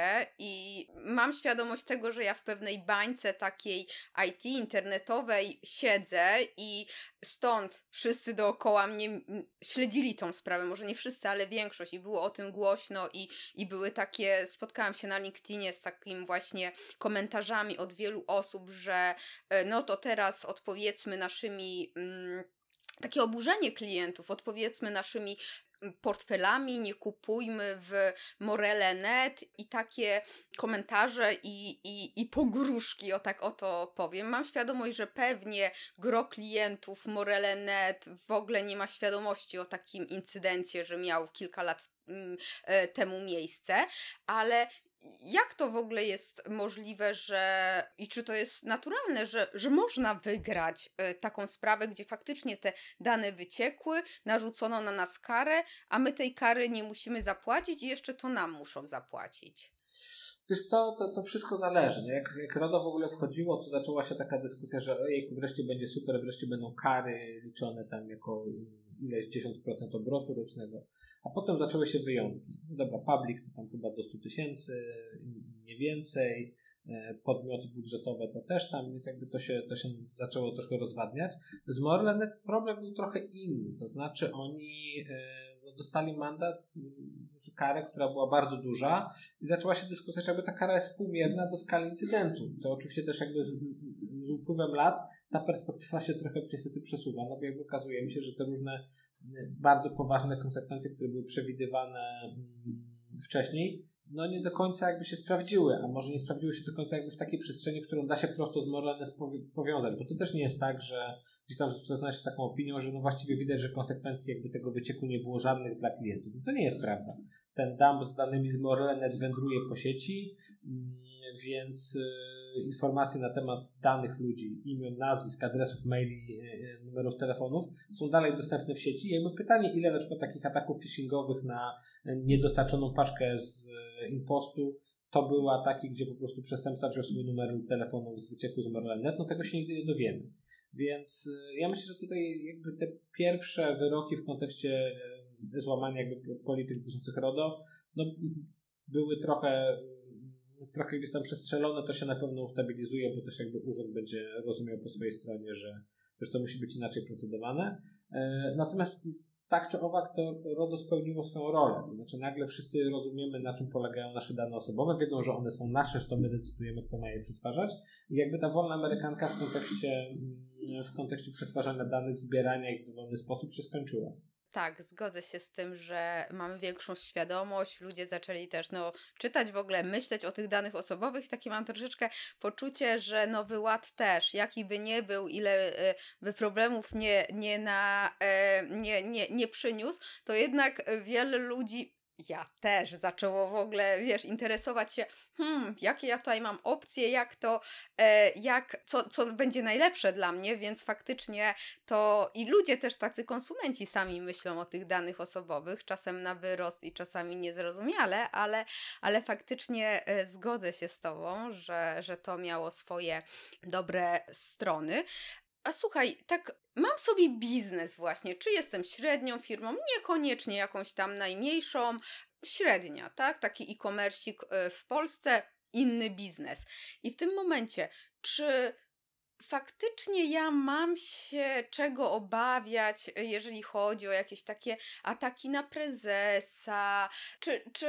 i mam świadomość tego, że ja w pewnej bańce takiej I T internetowej siedzę i stąd wszyscy dookoła mnie m, śledzili tą sprawę, może nie wszyscy, ale większość i było o tym głośno i, i były takie, spotkałam się na LinkedInie z takim właśnie komentarzami od wielu osób, że e, no to teraz odpowiedzmy naszymi... Mm, takie oburzenie klientów, odpowiedzmy naszymi portfelami, nie kupujmy w Morele kropka net i takie komentarze i, i, i pogróżki, o tak oto powiem. Mam świadomość, że pewnie gro klientów Morele kropka net w ogóle nie ma świadomości o takim incydencie, że miał kilka lat mm, temu miejsce, ale jak to w ogóle jest możliwe, że i czy to jest naturalne, że, że można wygrać y, taką sprawę, gdzie faktycznie te dane wyciekły, narzucono na nas karę, a my tej kary nie musimy zapłacić i jeszcze to nam muszą zapłacić? Wiesz co, to, to wszystko zależy. Nie? Jak, jak RODO w ogóle wchodziło, to zaczęła się taka dyskusja, że ojejku, wreszcie będzie super, wreszcie będą kary liczone tam jako ileś dziesięć procent obrotu rocznego. A potem zaczęły się wyjątki. No dobra, public to tam chyba do stu tysięcy, nie więcej, podmioty budżetowe to też tam, więc jakby to się, to się zaczęło troszkę rozwadniać. Z Morele kropka net problem był trochę inny, to znaczy oni no, dostali mandat, karę, która była bardzo duża i zaczęła się dyskusja, że jakby ta kara jest współmierna do skali incydentu. To oczywiście też jakby z, z, z upływem lat ta perspektywa się trochę niestety przesuwa, no bo jakby okazuje mi się, że te różne bardzo poważne konsekwencje, które były przewidywane wcześniej, no nie do końca jakby się sprawdziły, a może nie sprawdziły się do końca jakby w takiej przestrzeni, którą da się prosto z Morele kropka net powiązać, bo to też nie jest tak, że gdzieś tam zaczyna się z taką opinią, że no właściwie widać, że konsekwencji jakby tego wycieku nie było żadnych dla klientów. No to nie jest prawda. Ten dump z danymi z Morele kropka net wędruje po sieci, więc informacje na temat danych ludzi, imion, nazwisk, adresów maili, numerów telefonów są dalej dostępne w sieci. Jakby pytanie, ile na przykład takich ataków phishingowych na niedostarczoną paczkę z impostu to były ataki, gdzie po prostu przestępca wziął sobie numer telefonu z wycieku z Morele kropka net, no tego się nigdy nie dowiemy. Więc ja myślę, że tutaj jakby te pierwsze wyroki w kontekście złamania jakby polityk dotyczących RODO no, były trochę trochę gdzieś tam przestrzelone, to się na pewno ustabilizuje, bo też jakby urząd będzie rozumiał po swojej stronie, że, że to musi być inaczej procedowane. Natomiast tak czy owak to RODO spełniło swoją rolę. To znaczy nagle wszyscy rozumiemy, na czym polegają nasze dane osobowe, wiedzą, że one są nasze, że to my decydujemy, kto ma je przetwarzać. I jakby ta wolna amerykanka w kontekście, w kontekście przetwarzania danych, zbierania ich w dowolny sposób się skończyła. Tak, zgodzę się z tym, że mamy większą świadomość, ludzie zaczęli też no, czytać w ogóle, myśleć o tych danych osobowych. Takie mam troszeczkę poczucie, że Nowy Ład też, jaki by nie był, ile y, by problemów nie, nie, na, y, nie, nie, nie przyniósł, to jednak wiele ludzi, ja też, zaczęło w ogóle, wiesz, interesować się, hmm, jakie ja tutaj mam opcje, jak to, e, jak, co, co będzie najlepsze dla mnie, więc faktycznie to i ludzie też tacy konsumenci sami myślą o tych danych osobowych, czasem na wyrost i czasami niezrozumiale, ale, ale faktycznie e, zgodzę się z tobą, że, że to miało swoje dobre strony. A słuchaj, tak mam sobie biznes właśnie, czy jestem średnią firmą, niekoniecznie jakąś tam najmniejszą, średnia, tak? Taki e-commercik w Polsce, inny biznes. I w tym momencie, czy faktycznie ja mam się czego obawiać, jeżeli chodzi o jakieś takie ataki na prezesa, czy... czy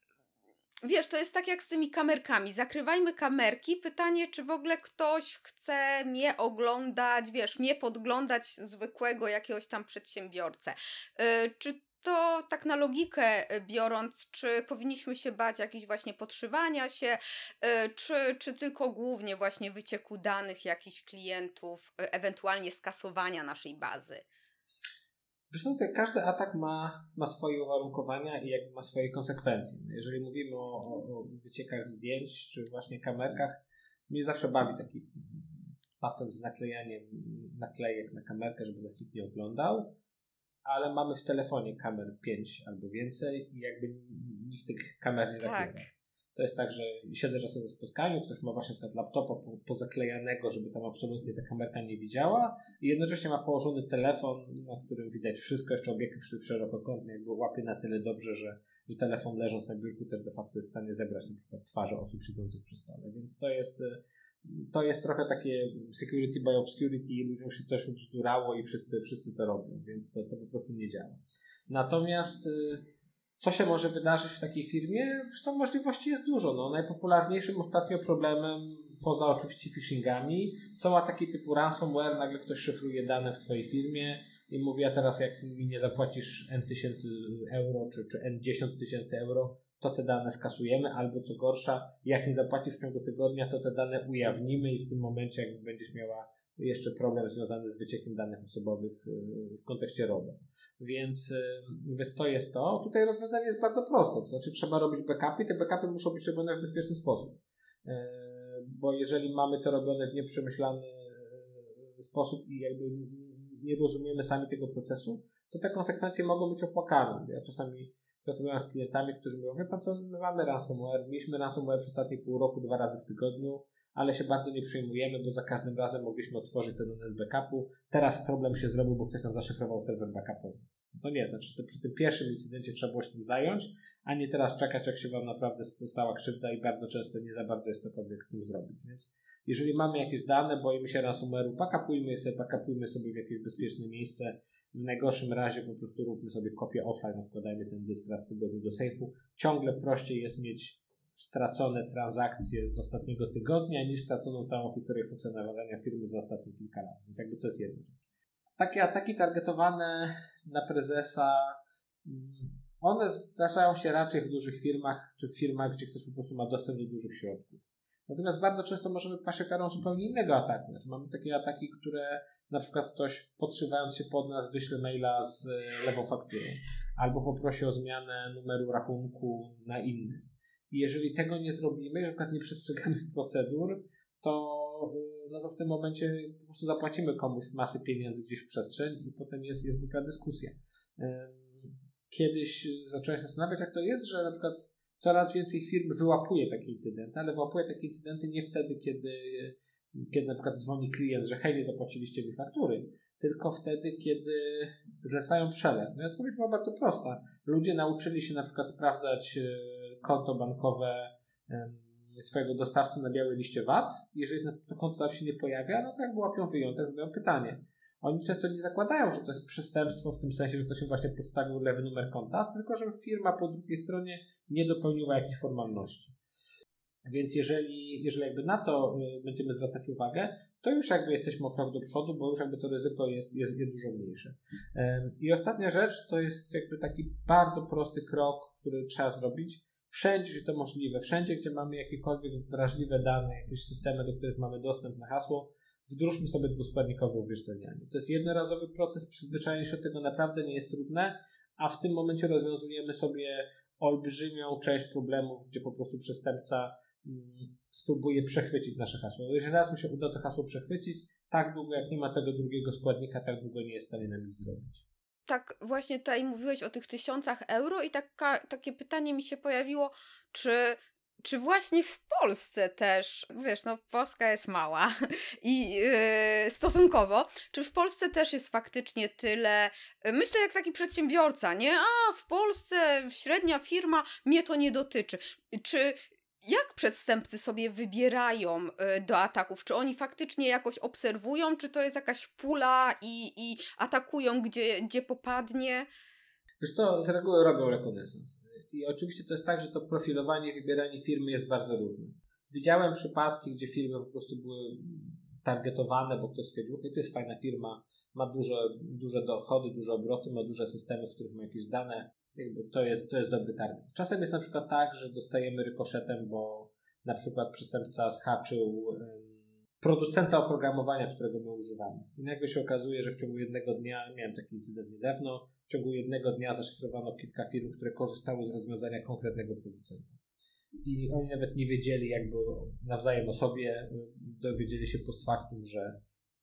wiesz, to jest tak jak z tymi kamerkami. Zakrywajmy kamerki. Pytanie, czy w ogóle ktoś chce mnie oglądać, wiesz, mnie podglądać, zwykłego jakiegoś tam przedsiębiorcę. Yy, czy to tak na logikę biorąc, czy powinniśmy się bać jakichś właśnie podszywania się, czy, czy tylko głównie właśnie wycieku danych jakichś klientów, ewentualnie skasowania naszej bazy? Wiesz co, każdy atak ma, ma swoje uwarunkowania i jakby ma swoje konsekwencje. Jeżeli mówimy o, o, o wyciekach zdjęć, czy właśnie kamerkach, mnie zawsze bawi taki patent z naklejaniem naklejek na kamerkę, żeby nas nikt nie oglądał, ale mamy w telefonie kamer pięć albo więcej i jakby nikt tych kamer nie zakleja. Tak. To jest tak, że siedzę czasem na spotkaniu, ktoś ma właśnie na laptopa pozaklejanego, żeby tam absolutnie ta kamerka nie widziała i jednocześnie ma położony telefon, na którym widać wszystko, jeszcze obiektyw szerokokątny jakby łapie na tyle dobrze, że, że telefon leżąc na biurku też de facto jest w stanie zebrać na przykład twarze osób siedzących przy stole, więc to jest to jest trochę takie security by obscurity, ludziom się coś ubzdurało i wszyscy, wszyscy to robią, więc to, to po prostu nie działa. Natomiast co się może wydarzyć w takiej firmie? Zresztą możliwości jest dużo. No, najpopularniejszym ostatnio problemem, poza oczywiście phishingami, są ataki typu ransomware. Nagle ktoś szyfruje dane w twojej firmie i mówi, a teraz jak mi nie zapłacisz N tysięcy euro, czy, czy N dziesięć tysięcy euro, to te dane skasujemy, albo co gorsza, jak nie zapłacisz w ciągu tygodnia, to te dane ujawnimy i w tym momencie jak będziesz miała jeszcze problem związany z wyciekiem danych osobowych w kontekście RODO. Więc, więc to jest to. Tutaj rozwiązanie jest bardzo proste. To znaczy trzeba robić backupy. Te backupy muszą być robione w bezpieczny sposób. Bo jeżeli mamy to robione w nieprzemyślany sposób i jakby nie rozumiemy sami tego procesu, to te konsekwencje mogą być opłakane. Ja czasami pracuję z klientami, którzy mówią, wie pan co, my mamy ransomware, mieliśmy ransomware przez ostatnie pół roku, dwa razy w tygodniu, ale się bardzo nie przejmujemy, bo za każdym razem mogliśmy otworzyć te dane z backupu. Teraz problem się zrobił, bo ktoś nam zaszyfrował serwer backupowy. No to nie, znaczy to przy tym pierwszym incydencie trzeba było się tym zająć, a nie teraz czekać, jak się wam naprawdę stała krzywda i bardzo często nie za bardzo jest cokolwiek z tym zrobić. Więc jeżeli mamy jakieś dane, boimy się ransomware'u, backupujmy je sobie, backupujmy sobie w jakieś bezpieczne miejsce. W najgorszym razie po prostu róbmy sobie kopię offline, odkładajmy ten dysk raz w tygodniu do sejfu. Ciągle prościej jest mieć stracone transakcje z ostatniego tygodnia niż straconą całą historię funkcjonowania firmy za ostatnie kilka lat. Więc jakby to jest jedno. Takie ataki targetowane na prezesa, one zdarzają się raczej w dużych firmach, czy w firmach, gdzie ktoś po prostu ma dostęp do dużych środków. Natomiast bardzo często możemy paść ofiarą zupełnie innego ataku. Znaczy mamy takie ataki, które na przykład ktoś podszywając się pod nas wyśle maila z lewą fakturą albo poprosi o zmianę numeru rachunku na inny. I jeżeli tego nie zrobimy, na przykład nie przestrzegamy procedur, to, no to w tym momencie po prostu zapłacimy komuś masę pieniędzy gdzieś w przestrzeń i potem jest, jest głupia dyskusja. Kiedyś zacząłem się zastanawiać, jak to jest, że na przykład coraz więcej firm wyłapuje takie incydenty, ale wyłapuje takie incydenty nie wtedy, kiedy, kiedy na przykład dzwoni klient, że hej, nie zapłaciliście mi faktury, tylko wtedy, kiedy zlecają przelew. No i odpowiedź była bardzo prosta. Ludzie nauczyli się na przykład sprawdzać konto bankowe swojego dostawcy na białej liście V A T. Jeżeli to konto tam się nie pojawia, no to jakby łapią wyjątek, zadają pytanie. Oni często nie zakładają, że to jest przestępstwo w tym sensie, że ktoś im właśnie podstawił lewy numer konta, tylko żeby firma po drugiej stronie nie dopełniła jakichś formalności. Więc jeżeli, jeżeli jakby na to będziemy zwracać uwagę, to już jakby jesteśmy o krok do przodu, bo już jakby to ryzyko jest, jest, jest dużo mniejsze. I ostatnia rzecz to jest jakby taki bardzo prosty krok, który trzeba zrobić. Wszędzie, gdzie to możliwe, wszędzie, gdzie mamy jakiekolwiek wrażliwe dane, jakieś systemy, do których mamy dostęp na hasło, wdróżmy sobie dwuskładnikowe uwierzytelnianie. To jest jednorazowy proces, przyzwyczajenie się do tego naprawdę nie jest trudne, a w tym momencie rozwiązujemy sobie olbrzymią część problemów, gdzie po prostu przestępca mm, spróbuje przechwycić nasze hasło. Jeżeli raz mu się uda to hasło przechwycić, tak długo jak nie ma tego drugiego składnika, tak długo nie jest w stanie nam nic zrobić. Tak właśnie tutaj mówiłeś o tych tysiącach euro i taka, takie pytanie mi się pojawiło, czy, czy właśnie w Polsce też, wiesz, no Polska jest mała i yy, stosunkowo, czy w Polsce też jest faktycznie tyle, myślę jak taki przedsiębiorca, nie? A w Polsce średnia firma, mnie to nie dotyczy. Czy jak przestępcy sobie wybierają do ataków? Czy oni faktycznie jakoś obserwują, czy to jest jakaś pula i, i atakują gdzie, gdzie popadnie? Wiesz co, z reguły robią rekonesans. I oczywiście to jest tak, że to profilowanie, wybieranie firmy jest bardzo różne. Widziałem przypadki, gdzie firmy po prostu były targetowane, bo ktoś stwierdził, że to jest fajna firma, ma duże, duże dochody, duże obroty, ma duże systemy, w których ma jakieś dane. Jakby to jest, to jest dobry target. Czasem jest na przykład tak, że dostajemy rykoszetem, bo na przykład przestępca zhaczył um, producenta oprogramowania, którego my używamy. I nagle się okazuje, że w ciągu jednego dnia, miałem taki incydent niedawno, w ciągu jednego dnia zaszyfrowano kilka firm, które korzystały z rozwiązania konkretnego producenta. I oni nawet nie wiedzieli jakby nawzajem o sobie, dowiedzieli się post factum, że,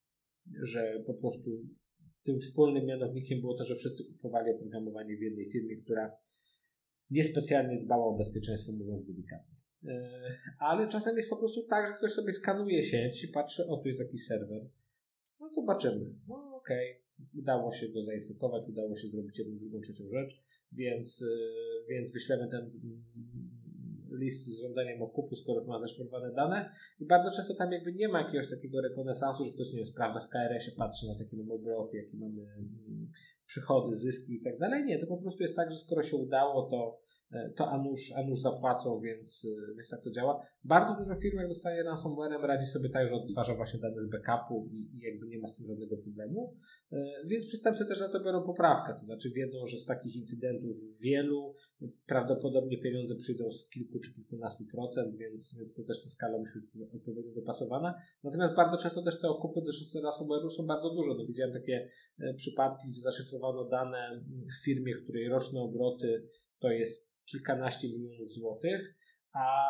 że po prostu tym wspólnym mianownikiem było to, że wszyscy kupowali oprogramowanie w jednej firmie, która niespecjalnie dbała o bezpieczeństwo, mówiąc delikatnie. Ale czasem jest po prostu tak, że ktoś sobie skanuje sieć i patrzy, o tu jest jakiś serwer. No zobaczymy. No okej, okay. Udało się go zainfekować, udało się zrobić jedną, drugą, trzecią rzecz, więc, więc wyślemy ten list z żądaniem okupu, skoro ma zaszyfrowane dane i bardzo często tam jakby nie ma jakiegoś takiego rekonesansu, że ktoś nie wiem, sprawdza w K R S ie, patrzy na takie mamy obroty, jakie mamy mm, przychody, zyski i tak dalej. Nie, to po prostu jest tak, że skoro się udało, to to a nuż, a nuż zapłacą, więc, więc tak to działa. Bardzo dużo firm, jak dostaje ransomwarem, radzi sobie tak, że odtwarza właśnie dane z backupu i, i jakby nie ma z tym żadnego problemu. Więc przestępcy też na to biorą poprawkę, to znaczy wiedzą, że z takich incydentów wielu prawdopodobnie pieniądze przyjdą z kilku czy kilkunastu procent, więc, więc to też ta skala musi być odpowiednio dopasowana. Natomiast bardzo często też te okupy dotyczące ransomware'u są bardzo dużo. No, widziałem takie przypadki, gdzie zaszyfrowano dane w firmie, w której roczne obroty to jest kilkanaście milionów złotych, a,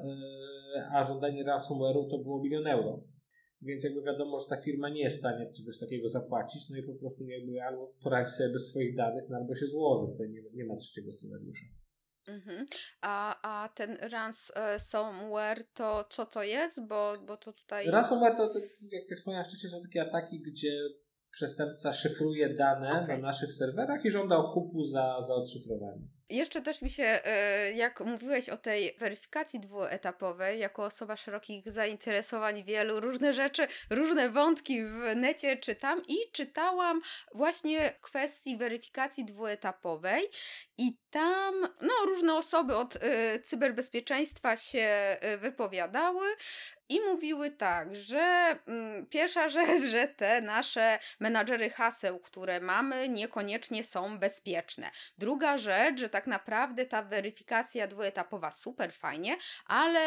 a żądanie ransomware'u to było milion euro. Więc jakby wiadomo, że ta firma nie jest w stanie czegoś takiego zapłacić, no i po prostu jakby albo poradzi sobie bez swoich danych, no albo się złoży. Tutaj nie, nie ma trzeciego scenariusza. Mhm. A, a ten ransomware to co to jest? Bo, bo to tutaj... Ransomware to, to jak wspomniałem wcześniej, są takie ataki, gdzie przestępca szyfruje dane okay. na naszych serwerach i żąda okupu za, za odszyfrowanie. Jeszcze też mi się, jak mówiłeś o tej weryfikacji dwuetapowej, jako osoba szerokich zainteresowań, wielu różne rzeczy, różne wątki w necie czytam i czytałam właśnie kwestii weryfikacji dwuetapowej i tam no, różne osoby od y, cyberbezpieczeństwa się wypowiadały i mówiły tak, że mm, pierwsza rzecz, że te nasze menadżery haseł, które mamy, niekoniecznie są bezpieczne. Druga rzecz, że tak naprawdę ta weryfikacja dwuetapowa super fajnie, ale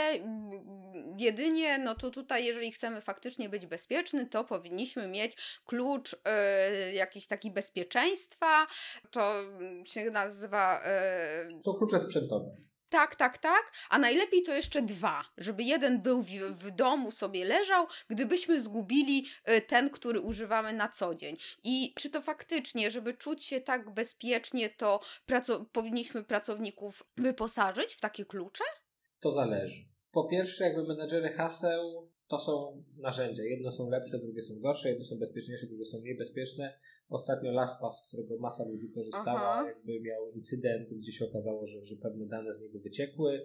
jedynie, no to tutaj, jeżeli chcemy faktycznie być bezpieczni, to powinniśmy mieć klucz y, jakiś taki bezpieczeństwa, to się nazywa... Y, Są klucze sprzętowe. Tak, tak, tak, a najlepiej to jeszcze dwa, żeby jeden był w, w domu sobie leżał, gdybyśmy zgubili ten, który używamy na co dzień. I czy to faktycznie, żeby czuć się tak bezpiecznie, to praco- powinniśmy pracowników wyposażyć w takie klucze? To zależy. Po pierwsze, jakby menadżery haseł to są narzędzia. Jedne są lepsze, drugie są gorsze, jedne są bezpieczniejsze, drugie są mniej bezpieczne. Ostatnio LastPass, z którego masa ludzi korzystała, Aha. jakby miał incydent, gdzie się okazało, że, że pewne dane z niego wyciekły.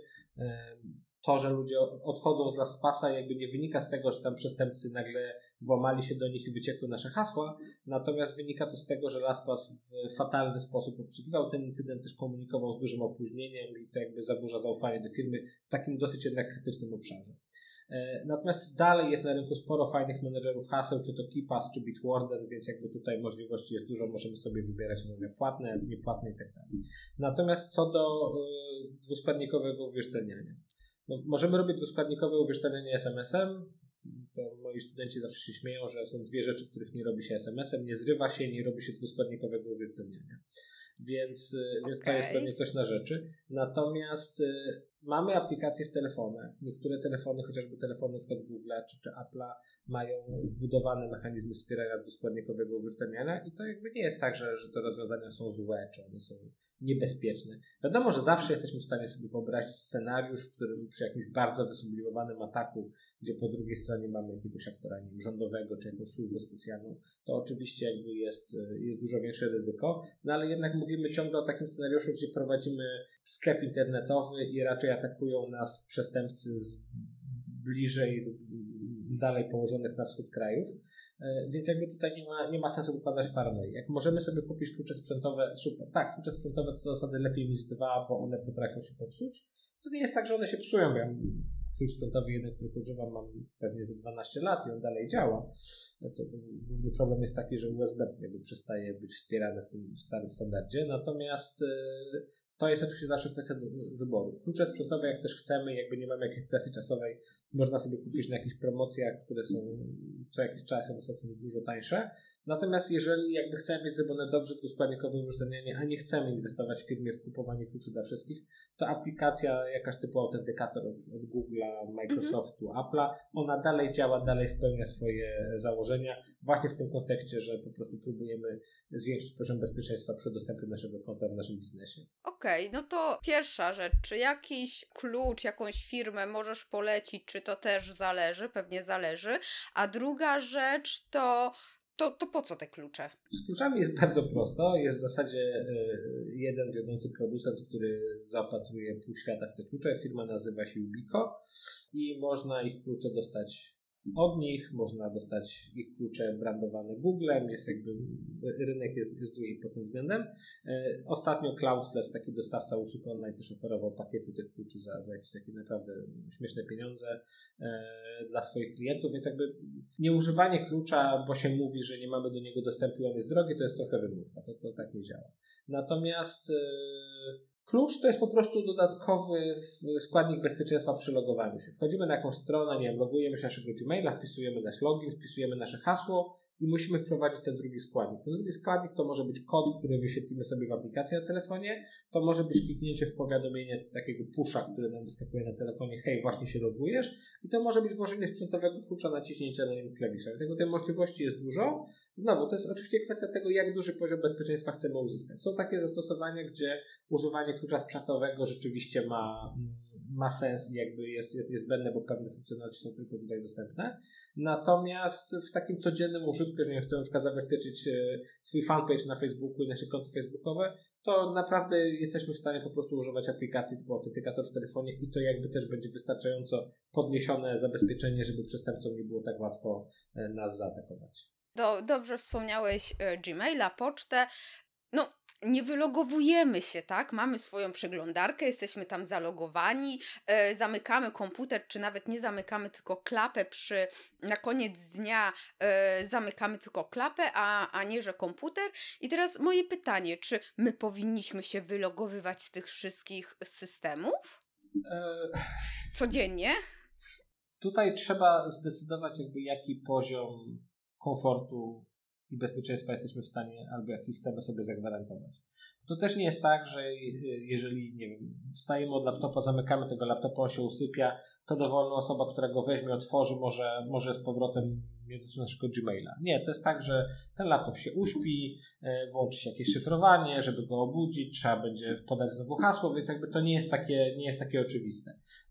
To, że ludzie odchodzą z LastPassa, jakby nie wynika z tego, że tam przestępcy nagle włamali się do nich i wyciekły nasze hasła, natomiast wynika to z tego, że LastPass w fatalny sposób obsługiwał ten incydent, też komunikował z dużym opóźnieniem i to jakby zaburza zaufanie do firmy w takim dosyć jednak krytycznym obszarze. Natomiast dalej jest na rynku sporo fajnych menedżerów haseł, czy to KeePass, czy Bitwarden, więc jakby tutaj możliwości jest dużo, możemy sobie wybierać nową płatne, niepłatne i tak dalej. Natomiast co do y, dwuskładnikowego uwierzytelniania. No, możemy robić dwuskładnikowe uwierzytelnianie es em esem. To moi studenci zawsze się śmieją, że są dwie rzeczy, których nie robi się es em esem. Nie zrywa się, nie robi się dwuskładnikowego uwierzytelniania. Więc, okay. więc to jest pewnie coś na rzeczy. Natomiast y, mamy aplikacje w telefonach. Niektóre telefony, chociażby telefony np. Google'a czy, czy Apple'a, mają wbudowane mechanizmy wspierania dwuskładnikowego uwierzytelniania i to jakby nie jest tak, że, że te rozwiązania są złe, czy one są niebezpieczne. Wiadomo, że zawsze jesteśmy w stanie sobie wyobrazić scenariusz, w którym przy jakimś bardzo wysublimowanym ataku, gdzie po drugiej stronie mamy jakiegoś aktora, nie wiem, rządowego, czy jakąś służbę specjalną, to oczywiście jakby jest, jest dużo większe ryzyko, no ale jednak mówimy ciągle o takim scenariuszu, gdzie prowadzimy sklep internetowy i raczej atakują nas przestępcy z bliżej lub dalej położonych na wschód krajów. Więc jakby tutaj nie ma, nie ma sensu układać paranoi. Jak możemy sobie kupić klucze sprzętowe, super. Tak, klucze sprzętowe to w zasadzie lepiej mieć dwa, bo one potrafią się popsuć. To nie jest tak, że one się psują. Ja klucz sprzętowy jeden, który używam, mam pewnie ze dwanaście lat i on dalej działa. To, to główny problem jest taki, że U S B jakby przestaje być wspierany w tym starym standardzie, natomiast yy, to jest oczywiście zawsze kwestia wyboru. Klucze sprzętowe, jak też chcemy, jakby nie mamy jakiejś presji czasowej, można sobie kupić na jakichś promocjach, które są co jakiś czas, one są wtedy dużo tańsze. Natomiast jeżeli jakby chcemy mieć zrobione dobrze dwuskładnikowe uwzględnienie, a nie chcemy inwestować w firmie w kupowanie kluczy dla wszystkich, to aplikacja jakaś typu autentykator od, od Google'a, Microsoftu, mm-hmm. Apple'a, ona dalej działa, dalej spełnia swoje założenia, właśnie w tym kontekście, że po prostu próbujemy zwiększyć poziom bezpieczeństwa przy dostępie naszego konta w naszym biznesie. Okej, okay, no to pierwsza rzecz, czy jakiś klucz, jakąś firmę możesz polecić, czy to też zależy, pewnie zależy, a druga rzecz to To, to po co te klucze? Z kluczami jest bardzo prosto. Jest w zasadzie jeden wiodący producent, który zaopatruje pół świata w te klucze. Firma nazywa się Yubico i można ich klucze dostać od nich, można dostać ich klucze brandowane Googlem, jest jakby, rynek jest, jest duży pod tym względem. Ostatnio Cloudflare, taki dostawca usług online, też oferował pakiety tych kluczy za, za jakieś takie naprawdę śmieszne pieniądze dla swoich klientów, więc jakby nieużywanie klucza, bo się mówi, że nie mamy do niego dostępu i on jest drogi, to jest trochę wymówka, to, to tak nie działa. Natomiast klucz to jest po prostu dodatkowy składnik bezpieczeństwa przy logowaniu się. Wchodzimy na jakąś stronę, nie wiem, logujemy się naszego Gmaila, wpisujemy nasz login, wpisujemy nasze hasło i musimy wprowadzić ten drugi składnik. Ten drugi składnik to może być kod, który wyświetlimy sobie w aplikacji na telefonie, to może być kliknięcie w powiadomienie takiego pusha, który nam wyskakuje na telefonie, hej, właśnie się logujesz, i to może być włożenie sprzętowego klucza, naciśnięcie na nim klawisza. Więc jakby tej możliwości jest dużo. Znowu, to jest oczywiście kwestia tego, jak duży poziom bezpieczeństwa chcemy uzyskać. Są takie zastosowania, gdzie używanie klucza sprzętowego rzeczywiście ma, ma sens i jakby jest, jest niezbędne, bo pewne funkcjonalności są tylko tutaj dostępne. Natomiast w takim codziennym użytku, jeżeli chcemy na przykład zabezpieczyć swój fanpage na Facebooku i nasze konto facebookowe, to naprawdę jesteśmy w stanie po prostu używać aplikacji typu autentykator w telefonie i to jakby też będzie wystarczająco podniesione zabezpieczenie, żeby przestępcom nie było tak łatwo nas zaatakować. Do, dobrze wspomniałeś e, Gmaila, pocztę. No, nie wylogowujemy się, tak? Mamy swoją przeglądarkę, jesteśmy tam zalogowani, e, zamykamy komputer, czy nawet nie zamykamy, tylko klapę przy, na koniec dnia e, zamykamy tylko klapę, a, a nie, że komputer. I teraz moje pytanie, czy my powinniśmy się wylogowywać z tych wszystkich systemów? E... Codziennie? Tutaj trzeba zdecydować jakby jaki poziom komfortu i bezpieczeństwa jesteśmy w stanie, albo jaki chcemy sobie zagwarantować. To też nie jest tak, że jeżeli, nie wiem, wstajemy od laptopa, zamykamy tego laptopa, on się usypia, to dowolna osoba, która go weźmie, otworzy, może, może z powrotem mieć do naszego Gmaila. Nie, to jest tak, że ten laptop się uśpi, włączy się jakieś szyfrowanie, żeby go obudzić, trzeba będzie podać znowu hasło, więc jakby to nie jest takie, nie jest takie oczywiste.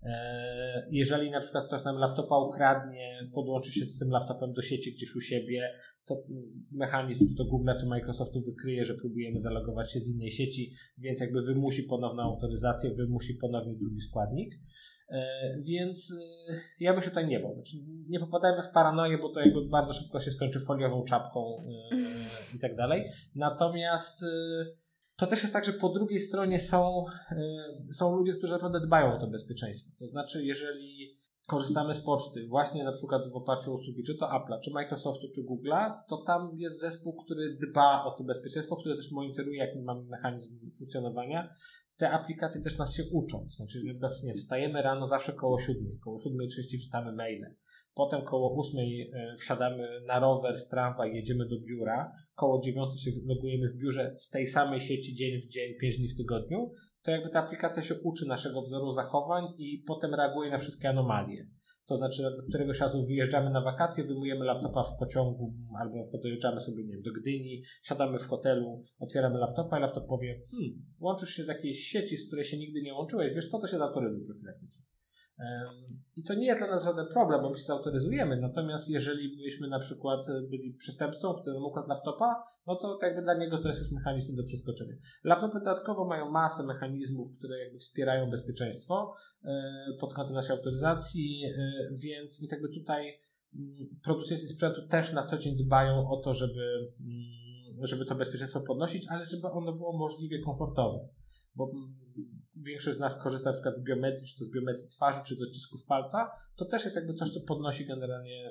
Jeżeli na przykład ktoś nam laptopa ukradnie, podłączy się z tym laptopem do sieci gdzieś u siebie, to mechanizm czy to Google'a czy Microsoftu wykryje, że próbujemy zalogować się z innej sieci, więc jakby wymusi ponowną autoryzację, wymusi ponownie drugi składnik. Więc ja bym się tutaj nie bał. Znaczy, nie popadajmy w paranoję, bo to jakby bardzo szybko się skończy foliową czapką i tak dalej. Natomiast to też jest tak, że po drugiej stronie są, są ludzie, którzy naprawdę dbają o to bezpieczeństwo. To znaczy, jeżeli korzystamy z poczty właśnie na przykład w oparciu o usługi czy to Apple'a, czy Microsoftu, czy Google'a, to tam jest zespół, który dba o to bezpieczeństwo, który też monitoruje, jaki mamy mechanizm funkcjonowania. Te aplikacje też nas się uczą. To znaczy, że nie wstajemy rano zawsze koło siódmej, koło siódmej trzydzieści czytamy maile. Potem koło ósmej wsiadamy na rower, w tramwaj, jedziemy do biura. Koło dziewiątej się logujemy w biurze z tej samej sieci dzień w dzień, pięć dni w tygodniu. To jakby ta aplikacja się uczy naszego wzoru zachowań i potem reaguje na wszystkie anomalie. To znaczy, któregoś razu wyjeżdżamy na wakacje, wyjmujemy laptopa w pociągu albo na przykład dojeżdżamy sobie, nie wiem, do Gdyni, siadamy w hotelu, otwieramy laptopa i laptop powie, hmm, łączysz się z jakiejś sieci, z której się nigdy nie łączyłeś, wiesz co, to się zautoryzuj profilaktycznie. I to nie jest dla nas żaden problem, bo my się zautoryzujemy, natomiast jeżeli byśmy na przykład byli przestępcą, który nam ukradł laptopa, no to jakby dla niego to jest już mechanizm do przeskoczenia. Laptopy dodatkowo mają masę mechanizmów, które jakby wspierają bezpieczeństwo pod kątem naszej autoryzacji, więc, więc jakby tutaj producenci sprzętu też na co dzień dbają o to, żeby, żeby to bezpieczeństwo podnosić, ale żeby ono było możliwie komfortowe. Bo większość z nas korzysta na przykład z biometrii, czy to z biometrii twarzy, czy z odcisków palca, to też jest jakby coś, co podnosi generalnie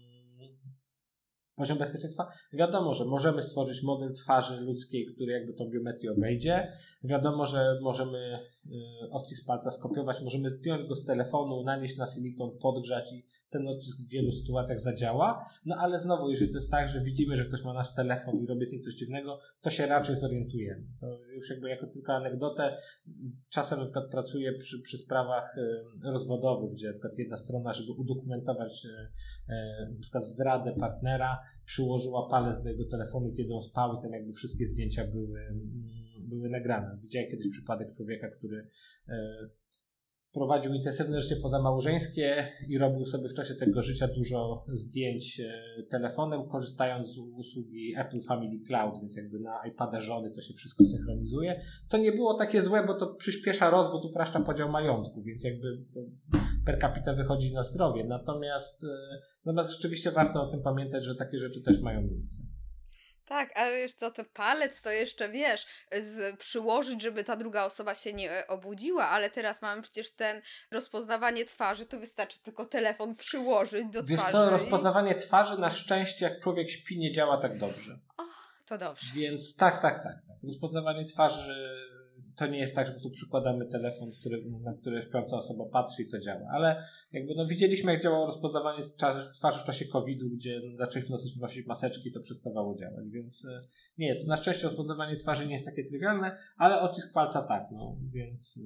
poziom bezpieczeństwa. Wiadomo, że możemy stworzyć model twarzy ludzkiej, który jakby tą biometrię obejdzie. Wiadomo, że możemy y, odcisk palca skopiować, możemy zdjąć go z telefonu, nanieść na silikon, podgrzać i ten odcisk w wielu sytuacjach zadziała. No ale znowu, jeżeli to jest tak, że widzimy, że ktoś ma nasz telefon i robi z nim coś dziwnego, to się raczej zorientujemy. To już jakby jako tylko anegdotę. Czasem na przykład pracuję przy, przy sprawach y, rozwodowych, gdzie na przykład jedna strona, żeby udokumentować y, y, na przykład zdradę partnera, przyłożyła palec do jego telefonu, kiedy on spał i tam jakby wszystkie zdjęcia były, były nagrane. Widziałem kiedyś przypadek człowieka, który e, prowadził intensywne życie pozamałżeńskie i robił sobie w czasie tego życia dużo zdjęć e, telefonem, korzystając z usługi Apple Family Cloud, więc jakby na iPada żony to się wszystko synchronizuje. To nie było takie złe, bo to przyspiesza rozwód, upraszcza podział majątku, więc jakby to per capita wychodzi na zdrowie. Natomiast, e, natomiast rzeczywiście warto o tym pamiętać, że takie rzeczy też mają miejsce. Tak, ale wiesz co, ten palec to jeszcze, wiesz, z, przyłożyć, żeby ta druga osoba się nie obudziła, ale teraz mamy przecież ten rozpoznawanie twarzy, to wystarczy tylko telefon przyłożyć do wiesz twarzy. Wiesz co, rozpoznawanie twarzy na szczęście, jak człowiek śpi, nie działa tak dobrze. O, to dobrze. Więc tak, tak, tak, tak. Rozpoznawanie twarzy to nie jest tak, że po prostu przykładamy telefon, który, na który śpiąca osoba patrzy i to działa. Ale jakby no widzieliśmy, jak działało rozpoznawanie twarzy w czasie kowida, gdzie zaczęliśmy nosić, nosić maseczki i to przestawało działać. Więc nie, to na szczęście rozpoznawanie twarzy nie jest takie trywialne, ale odcisk palca tak, no. Więc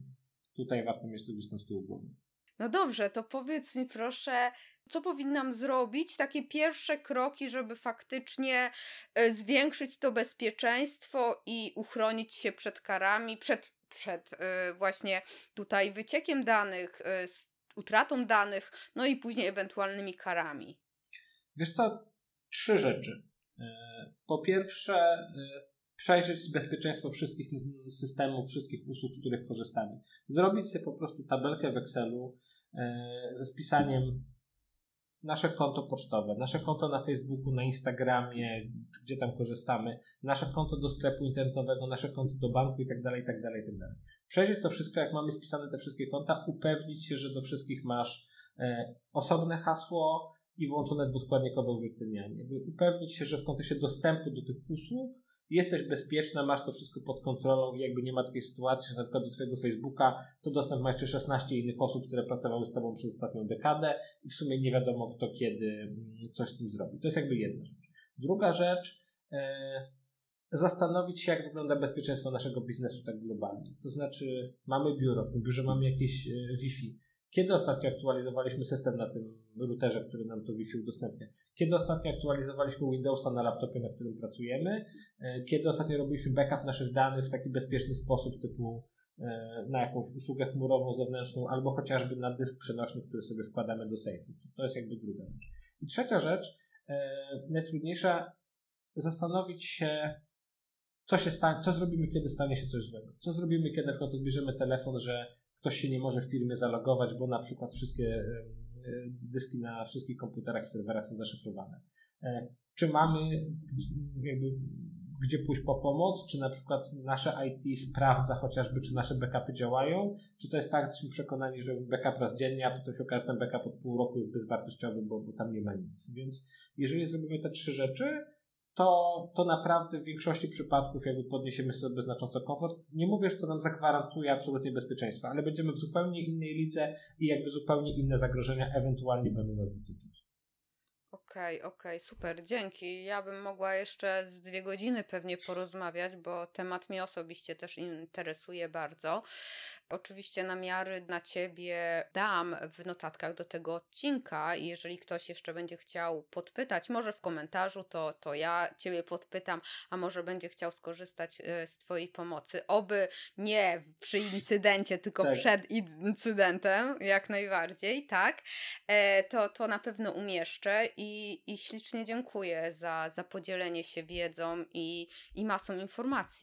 tutaj warto mieć to gdzieś tam z tyłu głowy. No dobrze, to powiedz mi proszę, co powinnam zrobić? Takie pierwsze kroki, żeby faktycznie y, zwiększyć to bezpieczeństwo i uchronić się przed karami, przed, przed y, właśnie tutaj wyciekiem danych, y, utratą danych, no i później ewentualnymi karami. Wiesz co? Trzy rzeczy. Po pierwsze, przejrzeć bezpieczeństwo wszystkich systemów, wszystkich usług, z których korzystamy. Zrobić sobie po prostu tabelkę w Excelu ze spisaniem nasze konto pocztowe, nasze konto na Facebooku, na Instagramie, gdzie tam korzystamy, nasze konto do sklepu internetowego, nasze konto do banku i tak dalej, i tak dalej, i tak dalej. Przejrzeć to wszystko, jak mamy spisane te wszystkie konta, upewnić się, że do wszystkich masz e, osobne hasło i włączone dwuskładnikowe uwierzytelnianie. Jakby upewnić się, że w kontekście dostępu do tych usług jesteś bezpieczna, masz to wszystko pod kontrolą i jakby nie ma takiej sytuacji, że na przykład do twojego Facebooka to dostęp ma jeszcze szesnaście innych osób, które pracowały z tobą przez ostatnią dekadę i w sumie nie wiadomo kto kiedy coś z tym zrobi. To jest jakby jedna rzecz. Druga rzecz, e, zastanowić się, jak wygląda bezpieczeństwo naszego biznesu tak globalnie. To znaczy mamy biuro, w tym biurze mamy jakieś e, Wi-Fi. Kiedy ostatnio aktualizowaliśmy system na tym routerze, który nam to Wi-Fi udostępnia? Kiedy ostatnio aktualizowaliśmy Windowsa na laptopie, na którym pracujemy? Kiedy ostatnio robiliśmy backup naszych danych w taki bezpieczny sposób, typu na jakąś usługę chmurową, zewnętrzną, albo chociażby na dysk przenośny, który sobie wkładamy do sejfu? To jest jakby druga rzecz. I trzecia rzecz, najtrudniejsza, zastanowić się, co się stanie, co zrobimy, kiedy stanie się coś złego. Co zrobimy, kiedy na przykład odbierzemy telefon, że ktoś się nie może w firmie zalogować, bo na przykład wszystkie dyski na wszystkich komputerach i serwerach są zaszyfrowane. Czy mamy jakby gdzie pójść po pomoc, czy na przykład nasze I T sprawdza chociażby, czy nasze backupy działają, czy to jest tak, że jesteśmy przekonani, że backup raz dziennie, a potem się okaże, że ten backup od pół roku jest bezwartościowy, bo, bo tam nie ma nic. Więc jeżeli zrobimy te trzy rzeczy, to, to naprawdę w większości przypadków jakby podniesiemy sobie znacząco komfort. Nie mówię, że to nam zagwarantuje absolutnie bezpieczeństwa, ale będziemy w zupełnie innej lidze i jakby zupełnie inne zagrożenia ewentualnie będą nas dotyczyć. Okej, okay, okej, okay, super, dzięki. Ja bym mogła jeszcze z dwie godziny pewnie porozmawiać, bo temat mnie osobiście też interesuje bardzo. Oczywiście namiary na Ciebie dam w notatkach do tego odcinka i jeżeli ktoś jeszcze będzie chciał podpytać, może w komentarzu, to, to ja Ciebie podpytam, a może będzie chciał skorzystać z Twojej pomocy. Oby nie przy incydencie, tylko tak. Przed incydentem, jak najbardziej, tak? E, to, to na pewno umieszczę i, i ślicznie dziękuję za, za podzielenie się wiedzą i, i masą informacji.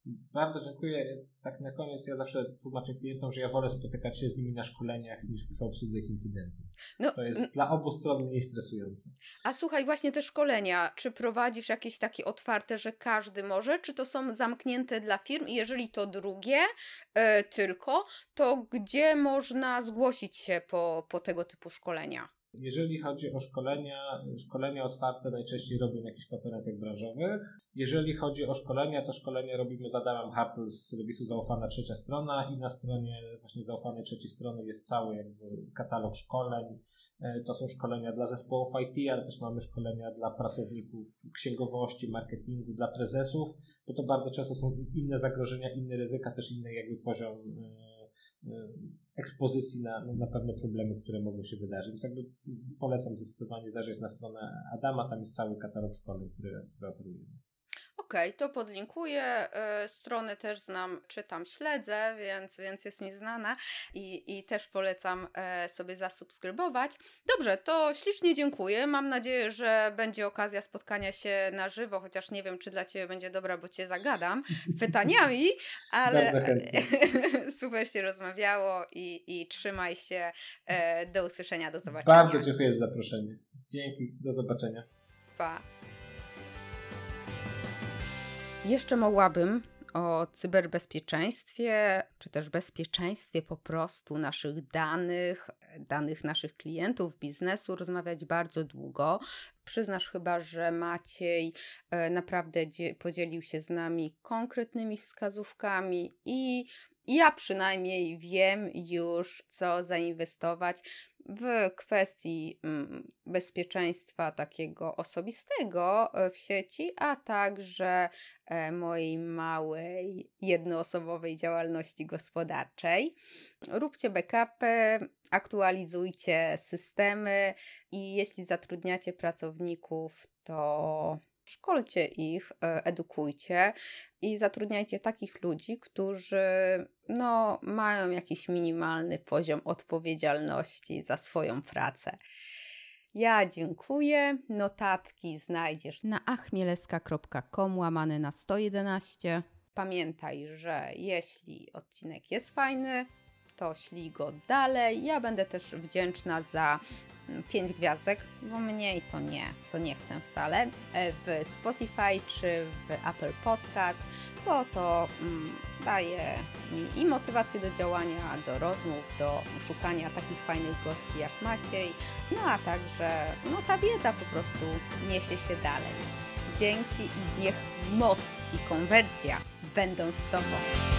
Bardzo dziękuję. Tak na koniec ja zawsze tłumaczę klientom, że ja wolę spotykać się z nimi na szkoleniach niż przy obsłudze ich incydentów. No, to jest n- dla obu stron mniej stresujące. A słuchaj, właśnie te szkolenia, czy prowadzisz jakieś takie otwarte, że każdy może, czy to są zamknięte dla firm? I jeżeli to drugie yy, tylko, to gdzie można zgłosić się po, po tego typu szkolenia? Jeżeli chodzi o szkolenia, szkolenia otwarte najczęściej robię na jakichś konferencjach branżowych. Jeżeli chodzi o szkolenia, to szkolenia robimy z Adamem Hartl z serwisu Zaufana Trzecia Strona i na stronie właśnie Zaufanej Trzeciej Strony jest cały jakby katalog szkoleń. To są szkolenia dla zespołów I T, ale też mamy szkolenia dla pracowników księgowości, marketingu, dla prezesów, bo to bardzo często są inne zagrożenia, inne ryzyka, też inny jakby poziom ekspozycji na, na pewne problemy, które mogą się wydarzyć. Więc jakby polecam zdecydowanie zajrzeć na stronę Adama, tam jest cały katalog szkoleń, które, które oferujemy. Okej, okay, to podlinkuję. Yy, stronę też znam, czytam, śledzę, więc, więc jest mi znana i, i też polecam yy, sobie zasubskrybować. Dobrze, to ślicznie dziękuję. Mam nadzieję, że będzie okazja spotkania się na żywo, chociaż nie wiem, czy dla Ciebie będzie dobra, bo Cię zagadam pytaniami, ale super się rozmawiało i, i trzymaj się. Yy, do usłyszenia, do zobaczenia. Bardzo dziękuję za zaproszenie. Dzięki, do zobaczenia. Pa. Jeszcze mogłabym o cyberbezpieczeństwie, czy też bezpieczeństwie po prostu naszych danych, danych naszych klientów, biznesu rozmawiać bardzo długo. Przyznasz chyba, że Maciej naprawdę podzielił się z nami konkretnymi wskazówkami i ja przynajmniej wiem już, co zainwestować w kwestii bezpieczeństwa takiego osobistego w sieci, a także mojej małej, jednoosobowej działalności gospodarczej. Róbcie backupy, aktualizujcie systemy i jeśli zatrudniacie pracowników, to szkolcie ich, edukujcie i zatrudniajcie takich ludzi, którzy no, mają jakiś minimalny poziom odpowiedzialności za swoją pracę. Ja dziękuję. Notatki znajdziesz na achmieleska kropka com łamane na sto jedenaście. Pamiętaj, że jeśli odcinek jest fajny, to ślij go dalej. Ja będę też wdzięczna za pięć gwiazdek, bo mniej to nie, to nie chcę wcale, w Spotify czy w Apple Podcast, bo to mm, daje mi i motywację do działania, do rozmów, do szukania takich fajnych gości jak Maciej, no a także no, ta wiedza po prostu niesie się dalej. Dzięki i niech moc i konwersja będą z Tobą.